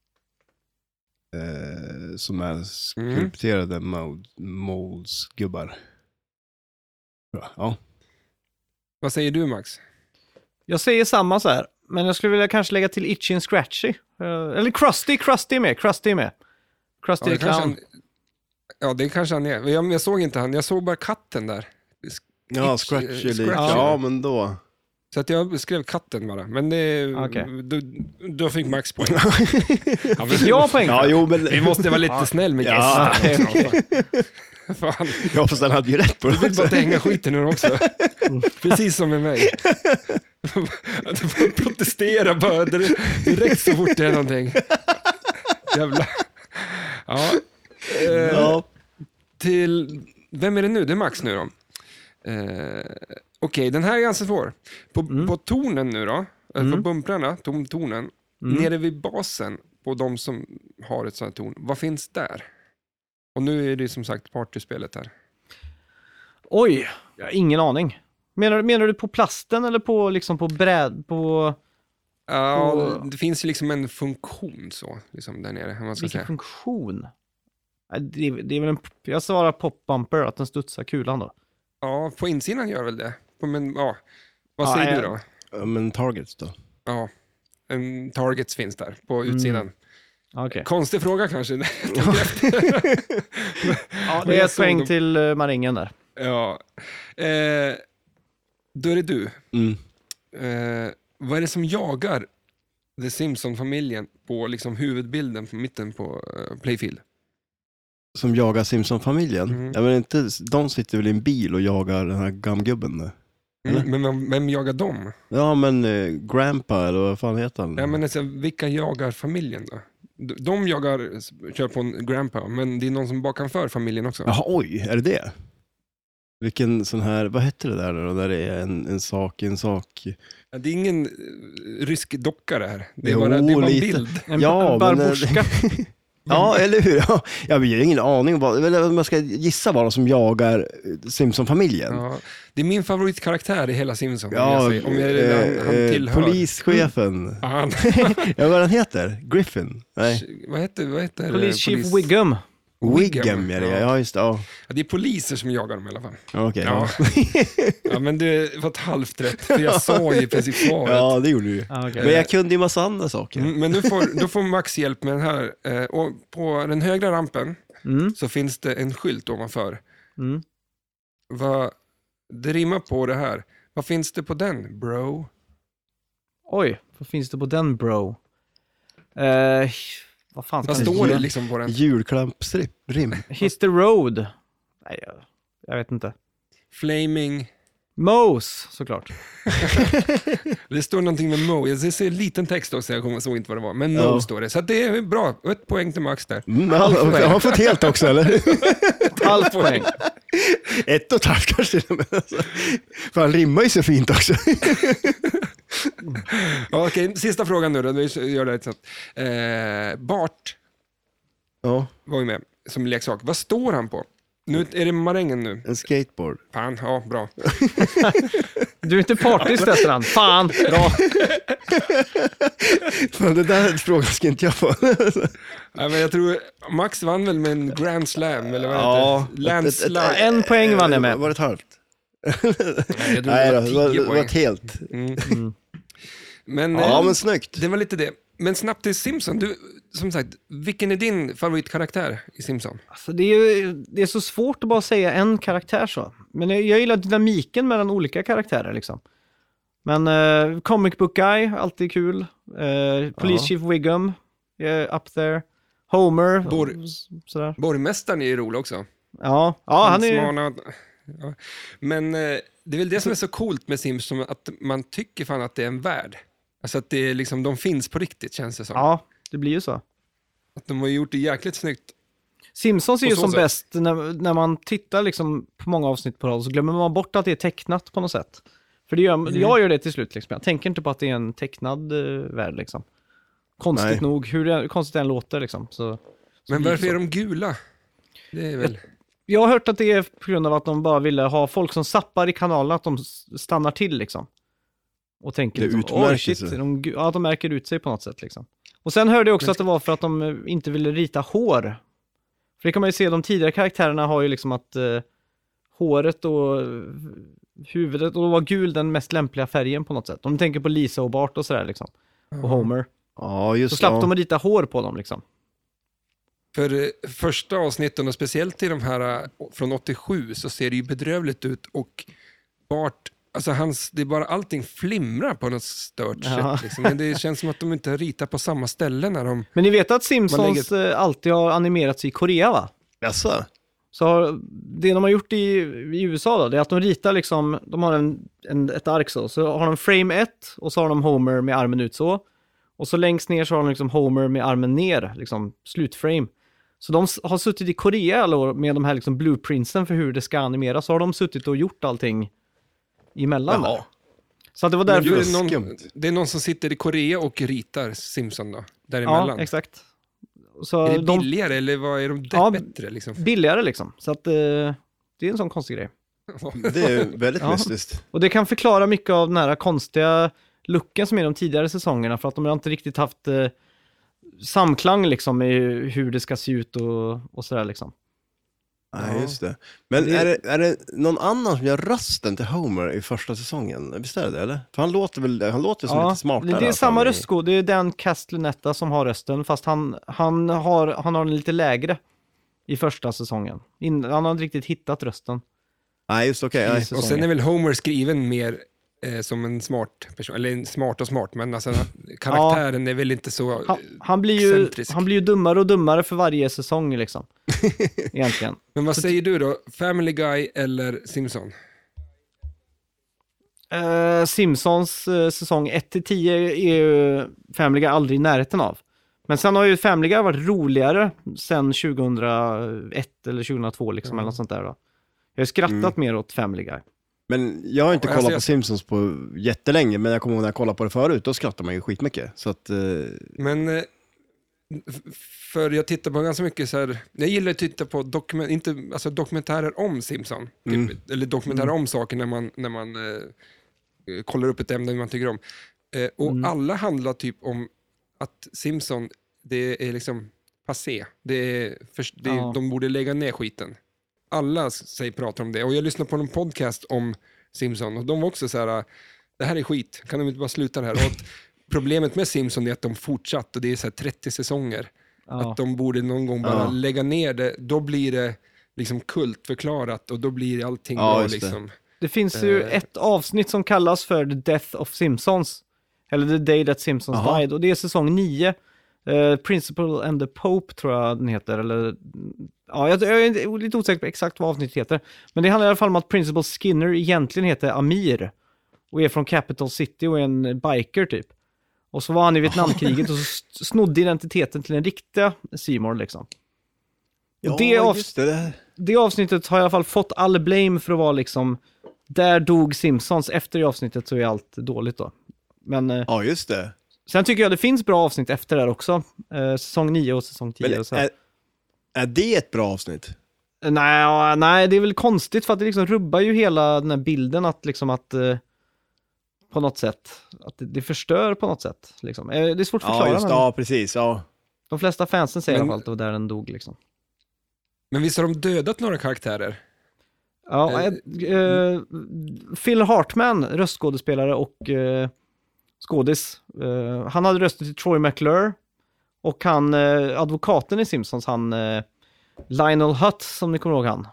Eh, som är skulpterade mold, moldsgubbar. Bra, ja. Vad säger du Max? Jag säger samma så här, men jag skulle vilja kanske lägga till Itchy and Scratchy. Eh, eller Krusty, Krusty är med, Krusty är med. Krusty Ja, är det kanske clown. han, ja, det kanske han är. Jag, jag såg inte han, jag såg bara katten där. Ja, Itch- Scratchy eh, lite. Scratchy. Ja, men då. Så att jag skrev katten bara, men det, Okej. då, då fick Max poäng. Ja, Fick jag poäng för Ja, det? jo, men... Vi måste vara lite snäll med Ja. gästen. också. Fan. Ja, fast han hade ju rätt på Du det. vill bara hänga skiten nu också. Precis som med mig. Att du får protestera bara direkt så fort det är någonting. Jävlar. Ja. Eh, Ja. Till, vem är det nu? Det är Max nu då. Eh, Okej, den här är ganska svår. På, Mm. på tonen nu då, eller på Mm. bumprarna, tom, tonen, Mm. nere vid basen på de som har ett sånt här ton, vad finns där? Och nu är det som sagt partyspelet här. Oj, jag har ingen aning. Menar, menar du på plasten eller på, liksom på bräd, på Ja, Och- det finns ju liksom en funktion så, liksom där nere, om man ska vilken säga. funktion? Nej, Det, är- det är väl en, jag svarar pop-bumper, att den studsar kulan då. Ja, på insidan gör väl det. På, men, ja. Vad Ja, säger jag- du då? Ja, men targets då? Ja, en targets finns där på Mm. utsidan. Okej. Konstig fråga kanske. Ja, Men det är jag ett såg poäng dem. till uh, maringen där. Ja. Eh, då är det du. Mm. Eh, vad är det som jagar The Simpson-familjen på liksom huvudbilden på mitten på uh, Playfield? Som jagar Simpson-familjen. Mm. Jag vet inte, de sitter väl i en bil och jagar den här gamgubben där. Mm, Eller? men vem, vem jagar dem? Ja, men eh, Grandpa, eller vad fan heter han? Ja, men alltså, vilka jagar familjen då? De, de jagar, kör på en grandpa, men det är någon som bakom för familjen också. Jaha, oj, är det det? Vilken sån här, vad heter det där då? Där det är en, en sak, en sak. Ja, det är ingen eh, rysk docka det här. Det är Jo, bara, det är bara en lite. bild. En, Ja, en men, eh, barborska. Ja, eller hur? Ja, jag har ingen aning om vad, eller om jag ska gissa vad som jagar Simpson-familjen. Ja, det är min favoritkaraktär i hela Simpson. Ja, om jag säger. Om jag, eh, han, han eh, tillhör. polischefen. Han, Ja, vad han heter? Griffin? Nej. vad heter, vad heter Police Chief polis- Wiggum. Wiggum är det, ja. ja just det. Ja, Ja, det är poliser som jagar dem i alla fall. ja okej. Ja. Ja. Ja, men det var ett halvt rätt, för jag sa ju i princip svaret. Ja, det gjorde du ju. Ah, okay. Men jag kunde ju massa andra saker. Mm, men nu får, då får Max hjälp med den här. Eh, och på den högra rampen Mm, så finns det en skylt ovanför. mm. Vad, det rimmar på det här. Vad finns det på den, bro? Oj, vad finns det på den bro? Eh, vad fan Vad ska står det det liksom på den? Julklampsrim. Hit the road. Nej, jag, jag vet inte. Flaming. Mose, såklart. Det står någonting med Mo. Jag ser en liten text också, jag kommer såg inte vad det var. Men Mo Ja. står det. Så att det är bra. Ett poäng till Max där. Mm, ja, jag har fått helt också, eller? Halvt poäng. Ett och ett halvt kanske. Men alltså, för han rimmar ju så fint också. Ja, okej, sista frågan nu då. Vi gör det lite snabbt. Eh, Bart Ja, var ju med som leksak. Vad står han på? Nu är det marängen nu. en skateboard. Fan, ja, bra. Du är inte partisk Estland. Fan, bra. Fan, det där frågan ska inte jag få. Ja, men jag tror Max vann väl med en Grand Slam, eller vad Ja, heter det? Landslide. En poäng vann jag med. Var det ett halvt? Nej, jag tror Nej det då, var det var, tio det var poäng. ett helt. Mm. Mm. Men, Ja, eh, men snyggt. det var lite det. Men snabbt till Simpson. Du, som sagt, vilken är din favoritkaraktär i Simpson? Alltså det, är ju, det är så svårt att bara säga en karaktär så. Men jag, jag gillar dynamiken mellan olika karaktärer liksom. Men uh, Comic Book Guy, alltid kul. Uh, Police Ja. Chief Wiggum, uh, up there. Homer, Bor- s- sådär. Borgmästaren är ju rolig också. Ja, ja han är Smana, ja. Men eh, det är väl det som är så coolt med Simpson, att man tycker fan att det är en värld. Alltså att det är liksom, de finns på riktigt, känns det som. Ja, det blir ju så. Att de har gjort det jäkligt snyggt. Simpsons är På ju så som sätt. bäst när, när man tittar liksom på många avsnitt på rad så glömmer man bort att det är tecknat på något sätt. För det gör, Mm. jag gör det till slut liksom. Jag tänker inte på att det är en tecknad uh, värld liksom. Konstigt Nej. nog, hur det, konstigt det än låter liksom. Så, så Men blir det varför så. är de gula? Det är väl... Jag har hört att det är på grund av att de bara ville ha folk som zappar i kanalen, att de s- stannar till liksom. Och tänker Det liksom, utmärker oj shit, sig. de, gu- ja, de märker ut sig på något sätt liksom. Och sen hörde jag också att det var för att de eh, inte ville rita hår. För det kan man ju se, de tidigare karaktärerna har ju liksom att eh, håret och eh, huvudet, och då var gul den mest lämpliga färgen på något sätt. Om du tänker på Lisa och Bart och sådär liksom. Och Homer. Ja, just Så slapp ja. de att rita hår på dem liksom. För eh, första avsnitten, och speciellt i de här eh, från åttiosju, så ser det ju bedrövligt ut. Och Bart, alltså hans, det är bara allting flimrar på något stört Ja. sätt. Liksom. Men det känns som att de inte ritar på samma ställe när de... Men ni vet att Simpsons Man eh, alltid har animerats i Korea va? Jaså? Så har, det de har gjort i, i U S A då, det är att de ritar liksom, de har en, en, ett ark så, så har de frame ett och så har de Homer med armen ut så. Och så längst ner så har de liksom Homer med armen ner, liksom slutframe. Så de s- har suttit i Korea alla år med de här liksom blueprintsen för hur det ska animeras, så har de suttit och gjort allting emellan där. Jaha. Så att det var Men därför... det, var är någon, skumt. det är någon som sitter i Korea och ritar Simpson då, Ja, däremellan. exakt. Så Är det de, billigare eller vad är de Ja, bättre liksom? billigare liksom. Så att eh, det är en sån konstig grej. Det är väldigt Ja. mystiskt. Och det kan förklara mycket av den här konstiga looken som är de tidigare säsongerna, för att de har inte riktigt haft eh, samklang liksom i hur det ska se ut och, och sådär liksom. Nej, Ja. just det. Men Det- är, det, är det någon annan som gör rösten till Homer i första säsongen? Visst är det det, eller? För han låter väl, han låter som lite smartare. det i är alla samma fall. röstskåd, det är Dan Castellaneta som har rösten, fast han, han, har, han har den lite lägre i första säsongen. In, han har inte riktigt hittat rösten. Nej, just okej. nej. Säsongen. Och sen är väl Homer skriven mer eh, som en smart person, eller en smart och smart, men alltså karaktären är väl inte så Han, han, blir ju, excentrisk. han blir ju dummare och dummare för varje säsong liksom. Egentligen. Men vad säger du då? Family Guy eller Simpson? Uh, Simpsons uh, säsong ett till tio är ju Family Guy aldrig i närheten av. Men sen har ju Family Guy varit roligare sen tjugohundraett eller tjugohundratvå liksom, Mm. eller något sånt där då. Jag har skrattat Mm. mer åt Family Guy. Men jag har inte Alltså, kollat jag- på Simpsons på jättelänge, men jag kommer ihåg när jag kollade på det förut, då skrattar man ju skitmycket. Så att, eh, Men eh, f- för jag tittar på ganska mycket så här, jag gillar att titta på dokument, inte, alltså dokumentärer om Simpson, typ, Mm. eller dokumentärer om saker när man, när man eh, kollar upp ett ämne man tycker om. Eh, och Mm. alla handlar typ om att Simpson, det är liksom passé. Det är, för, det är, Ja. De borde lägga ner skiten. Alla säger, pratar om det. Och jag lyssnar på en podcast om Simpson och de var också så här, det här är skit, kan de inte bara sluta det här? Och att problemet med Simpson är att de fortsatt, och det är så här trettio säsonger. Ja. Att de borde någon gång bara Ja. lägga ner det. Då blir det liksom kultförklarat och då blir allting Ja, bra just det. liksom. Det finns ju Eh. ett avsnitt som kallas för The Death of Simpsons. Eller The Day That Simpsons Jaha. Died. Och det är säsong nio. Uh, Principal and the Pope tror jag den heter. Eller, ja, jag, jag är lite osäker på exakt vad avsnittet heter. Men det handlar i alla fall om att Principal Skinner egentligen heter Amir. Och är från Capital City och är en biker typ. Och så var han i Vietnamkriget och så s- snodde identiteten till den riktiga Seymour liksom. ja, det av- just det. det. Det avsnittet har i alla fall fått all blame för att vara liksom, där dog Simpsons. Efter det avsnittet så är allt dåligt då. Men eh, Ja, just det. sen tycker jag det finns bra avsnitt efter där också. Eh, säsong nio och säsong tio. Men och så här. är, är det ett bra avsnitt? Nej, ja, nej, det är väl konstigt för att det liksom rubbar ju hela den här bilden att liksom att, eh, på något sätt. Att det, det förstör på något sätt. Liksom. Det är svårt att förklara. Ja, just, men ja precis. Ja. de flesta fansen säger Men- i alla fall att det var där den dog. Liksom. Men visst har de dödat några karaktärer? Ja, Eh, eh, eh, Phil Hartman, röstskådespelare och eh, skådis. Eh, han hade röstat till Troy McClure. Och han, eh, advokaten i Simpsons, han eh, Lionel Hutt, som ni kommer ihåg han.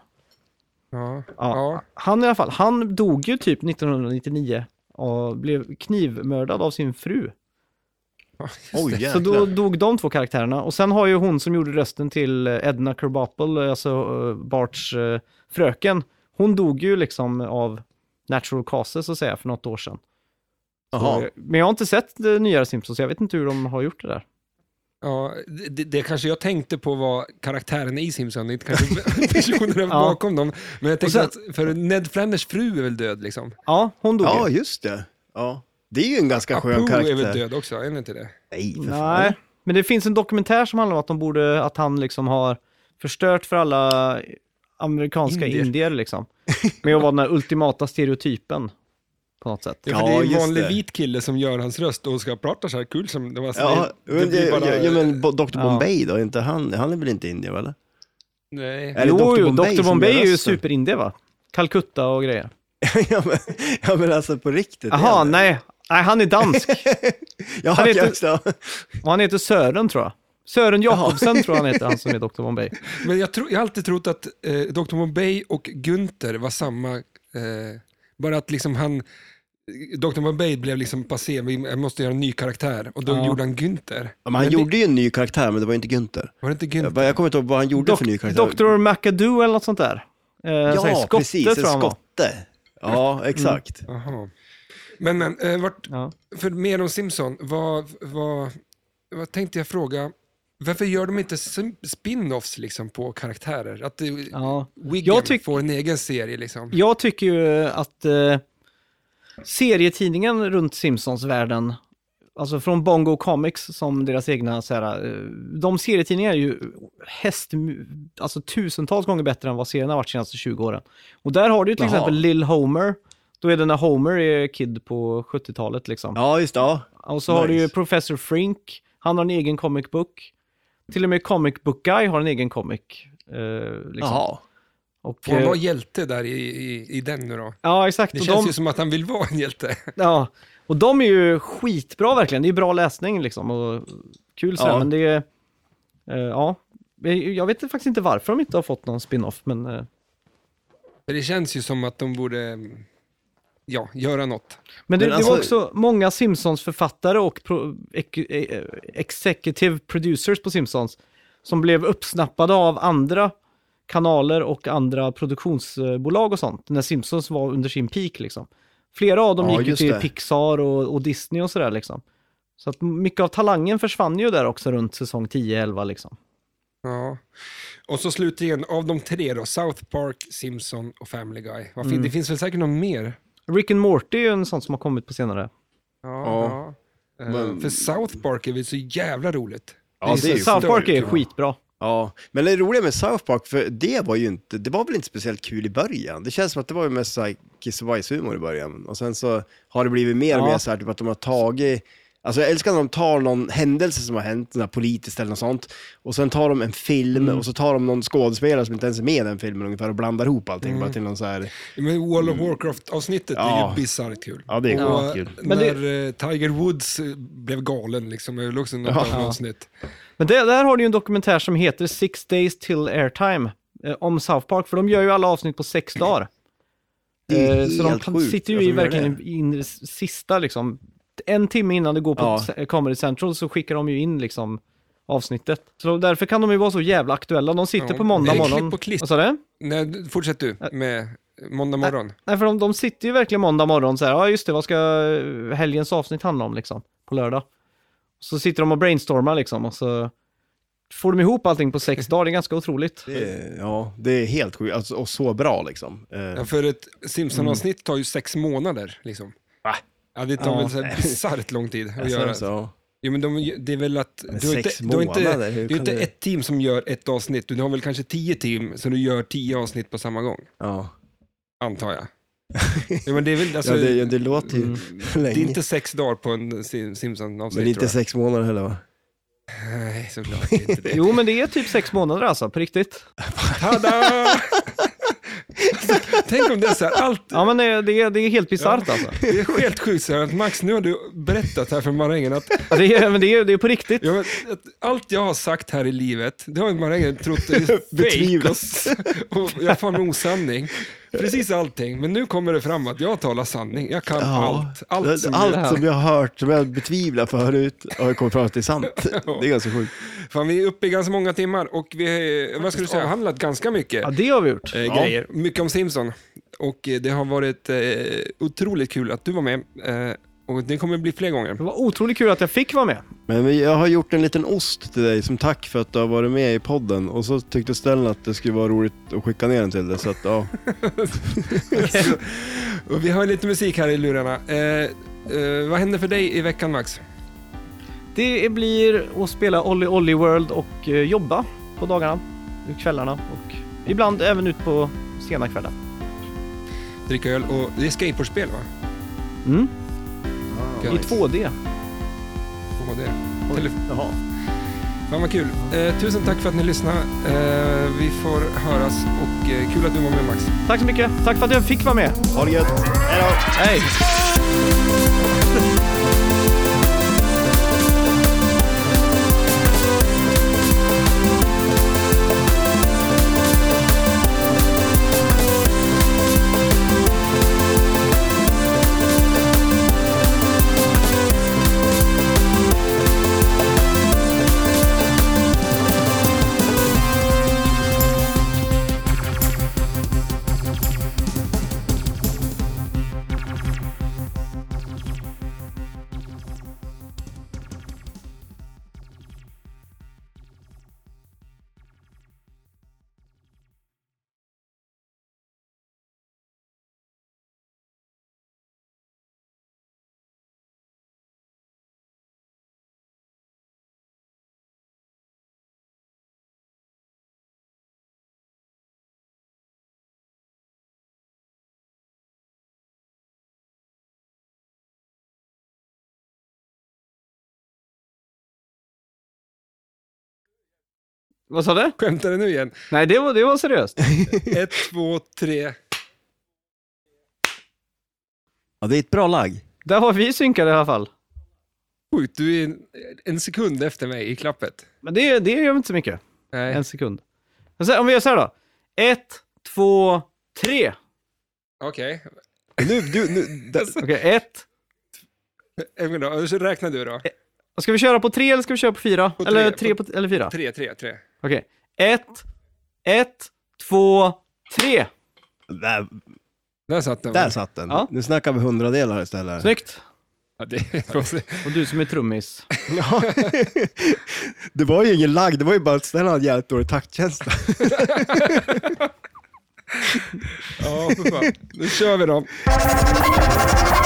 Ja. Ja. Ja. Han i alla fall, han dog ju typ nittonhundranittionio och blev knivmördad av sin fru. Ja, just Oj, det. Så jäklar. då dog de två karaktärerna. Och sen har ju hon som gjorde rösten till Edna Krabappel, alltså uh, Barts uh, fröken. Hon dog ju liksom av natural causes så att säga för något år sedan. Jaha. Så, men jag har inte sett det nya Simpsons så jag vet inte hur de har gjort det där. Ja, det, det kanske jag tänkte på var karaktären i Simpson, inte kanske personerna Ja. bakom dem. Men jag tänkte sen- att för Ned Flanders fru är väl död liksom. Ja, hon dog Ja, ju. just det. Ja. Det är ju en ganska skön Apu karaktär. är väl död också, är det inte det? Nej, för fan. Nej, men det finns en dokumentär som handlar om att de borde, att han liksom har förstört för alla amerikanska Indier. indier, liksom. Med att vara den här ultimata stereotypen på något sätt. Ja, för Ja, det är en just vanlig det. vit kille som gör hans röst och ska prata så här kul som det var. Så Ja, det, det men, blir bara... ja, ja, men Bo- doktor Ja. Bombay då, inte han, han är väl inte indier, eller? Nej. Är det Jo, doktor jo, Bombay doktor som Bombay gör är ju rösten? superindie va? Calcutta och grejer. ja, men, ja, men alltså på riktigt. Jaha, är det. nej. Nej, han är dansk. Ja, Han han heter- också. Och han heter Sören tror jag. Sören Jakobsen tror jag han heter, han som är doktor Bombay. Men jag, tro, jag har alltid trott att eh, doktor Bombay och Günther var samma, eh, bara att liksom han, doktor Bombay blev liksom passé, vi jag måste göra en ny karaktär, och då Ja. gjorde han Günther. Ja, men han Men gjorde ju en ny karaktär, men det var inte Günther. Var det inte Jag, Günther? jag kommer inte ihåg vad han gjorde för ny Dok- karaktär. doktor McAdoo eller något sånt där. Eh, så här, Ja, skotte, precis. tror En jag han var. skotte. Ja, exakt. Jaha. Men, men eh, vart, Ja. för mer om Simpson, vad, vad, vad tänkte jag fråga? Varför gör de inte sim- spin-offs liksom på karaktärer? Att uh, Ja. Wiggum Jag tyck- får en egen serie liksom. Jag tycker ju att eh, serietidningen runt Simpsons-världen, alltså från Bongo Comics som deras egna, så här, eh, de serietidningarna är ju häst, alltså tusentals gånger bättre än vad serien har varit de senaste tjugo åren. Och där har du ju till Jaha. exempel Lil Homer, då är det när Homer är kid på sjuttiotalet liksom. Ja, just det. Ja. Och så har du ju Nice. Professor Frink, han har en egen comic book. Till och med Comic Book Guy har en egen comic. Eh, liksom. Jaha. Och, Får han eh, vara hjälte där i, i, i den nu då? ja, exakt. Det Och känns de, ju som att han vill vara en hjälte. ja, och de är ju skitbra verkligen. Det är bra läsning liksom och kul så här, Ja. men det är, eh, ja. Jag vet faktiskt inte varför de inte har fått någon spin-off, men eh, För det känns ju som att de borde, ja, göra något. Men det, Men det alltså- var också många Simpsons-författare och pro, ex, eh, executive producers på Simpsons som blev uppsnappade av andra kanaler och andra produktionsbolag och sånt när Simpsons var under sin peak liksom. Flera av dem Ja, gick ju just till det. Pixar och, och Disney och sådär liksom. Så att mycket av talangen försvann ju där också runt säsong tio elva liksom. Ja. Och så slutligen, av de tre då, South Park, Simpson och Family Guy. Vad fin- Mm. Det finns väl säkert någon mer? Rick and Morty är ju en sån som har kommit på senare. Ja. Ja. ja. Eh, Men- För South Park är väl så jävla roligt. Ja, det är ju så South Park är stört. skitbra. Ja, men det roliga med South Park, för det var ju inte, det var väl inte speciellt kul i början. Det känns som att det var ju mest så här kiss och bajshumor i början. Och sen så har det blivit mer och Ja. mer så här, typ att de har tagit, alltså jag älskar när de tar någon händelse som har hänt, sån här politiskt eller något sånt, och sen tar de en film Mm. och så tar de någon skådespelare som inte ens är med i den filmen ungefär och blandar ihop allting bara till någon så här, Men World of Warcraft-avsnittet är Ja. ju bisarrt kul. Ja, det är och skitkul. Men det- när eh, Tiger Woods eh, blev galen liksom, är väl också något Ja. avsnitt. Men det, där har du ju en dokumentär som heter Six Days Till Airtime eh, om South Park, för de gör ju alla avsnitt på sex dagar. Det är Eh, så de helt kan- sjukt sitter ju att de i gör verkligen det. in i det sista liksom. En timme innan det går på Ja. C- Comedy Central så skickar de ju in liksom avsnittet. Så därför kan de ju vara så jävla aktuella. De sitter Ja. på måndag Det är klipp morgon. och klister. Vad sa du? Nej, fortsätt du med måndag morgon. Nej, för de, de sitter ju verkligen måndag morgon så här, ja just det, vad ska eh, helgens avsnitt handla om liksom, på lördag. Så sitter de och brainstormar liksom, och så får de ihop allting på sex dagar, det är ganska otroligt. det är, ja, det är helt sjukt, alltså, och så bra liksom. Eh, Ja, för ett Simpson-avsnitt tar ju sex månader liksom. Va? Ja, det tar Ja. väl så här bisarrt lång tid att alltså, göra. så, Jo, men de, det är väl att... Men Du har inte, sex du har inte, månader, hur det är kan inte det- ett team som gör ett avsnitt, du har väl kanske tio team, så du gör tio avsnitt på samma gång, ja. antar jag. Ja, men det är väl, alltså, ja, det, det låter ju Mm. länge. det är inte sex dagar på en Simpsons-avsnitt. Men inte sex månader heller va? Nej, såklart det är inte det. Jo, men det är typ sex månader alltså, på riktigt. Tada! Tänk om det är så här, allt... Ja, men det, det, är, det är helt bisarrt Ja. alltså. Det är helt sjukt så här att Max, nu har du berättat här för marängen att, Ja, det, är, men det, är, det är på riktigt. ja, men, att allt jag har sagt här i livet, det har marängen trott är fake Betvivlat. och, och jag får med osanning. Precis allting, men nu kommer det fram att jag talar sanning. Jag kan Ja. allt. Allt som Allt jag... som jag har hört, som jag betvivlar förut, har jag kommit fram till är sant. Det är ganska sjukt. Fan, vi är uppe i ganska många timmar och vi, vad ska du säga, handlat ganska mycket. Ja, det har vi gjort. eh, grejer. Mycket om Simpson. Och eh, det har varit eh, otroligt kul att du var med. Eh, och det kommer bli fler gånger. Det var otroligt kul att jag fick vara med. Men jag har gjort en liten ost till dig som tack för att du har varit med i podden. Och så tyckte Stellan att det skulle vara roligt att skicka ner den till dig. Så att, ja. Så, och vi har lite musik här i lurarna. Eh, eh, vad händer för dig i veckan, Max? Det blir att spela Olly Olly World och eh, jobba på dagarna, kvällarna och ibland även ut på sena kvällar. Dricka öl och det är skateboardspel, va? Mm. Ja, I två D. Och det. Oj, Telef- Jaha. Fan vad kul. Eh, tusen tack för att ni lyssnade. Eh, vi får höras och eh, kul att du var med, Max. Tack så mycket. Tack för att jag fick vara med. Ha det gött. Hej då. Hej! Vad sa du? Skämtar du nu igen? Nej, det var, det var seriöst. Ett, två, tre. Ja, det är ett bra lag. Där var vi synkade i alla fall. Sjukt, du är en, en sekund efter mig i klappet. Men det, det gör inte så mycket. Nej. En sekund. Men så, om vi gör så här då. Ett, två, tre. Okej. Nu, du, nu, där, Okej, ett. Okay. Då, så räknar du då. Ska vi köra på tre eller ska vi köra på fyra? På tre, eller tre på- på, eller fyra? Tre, tre, tre. Okej. Ett, ett, två, tre. där, Där satt den. där satt den. Ja. Nu snackar vi hundradelar istället. Snyggt. Ja, det, Och du som är trummis. Ja. Det var ju ingen lag, det var ju bara att Stellan hade jävligt dålig taktkänsla. ja, för fan. Nu kör vi då.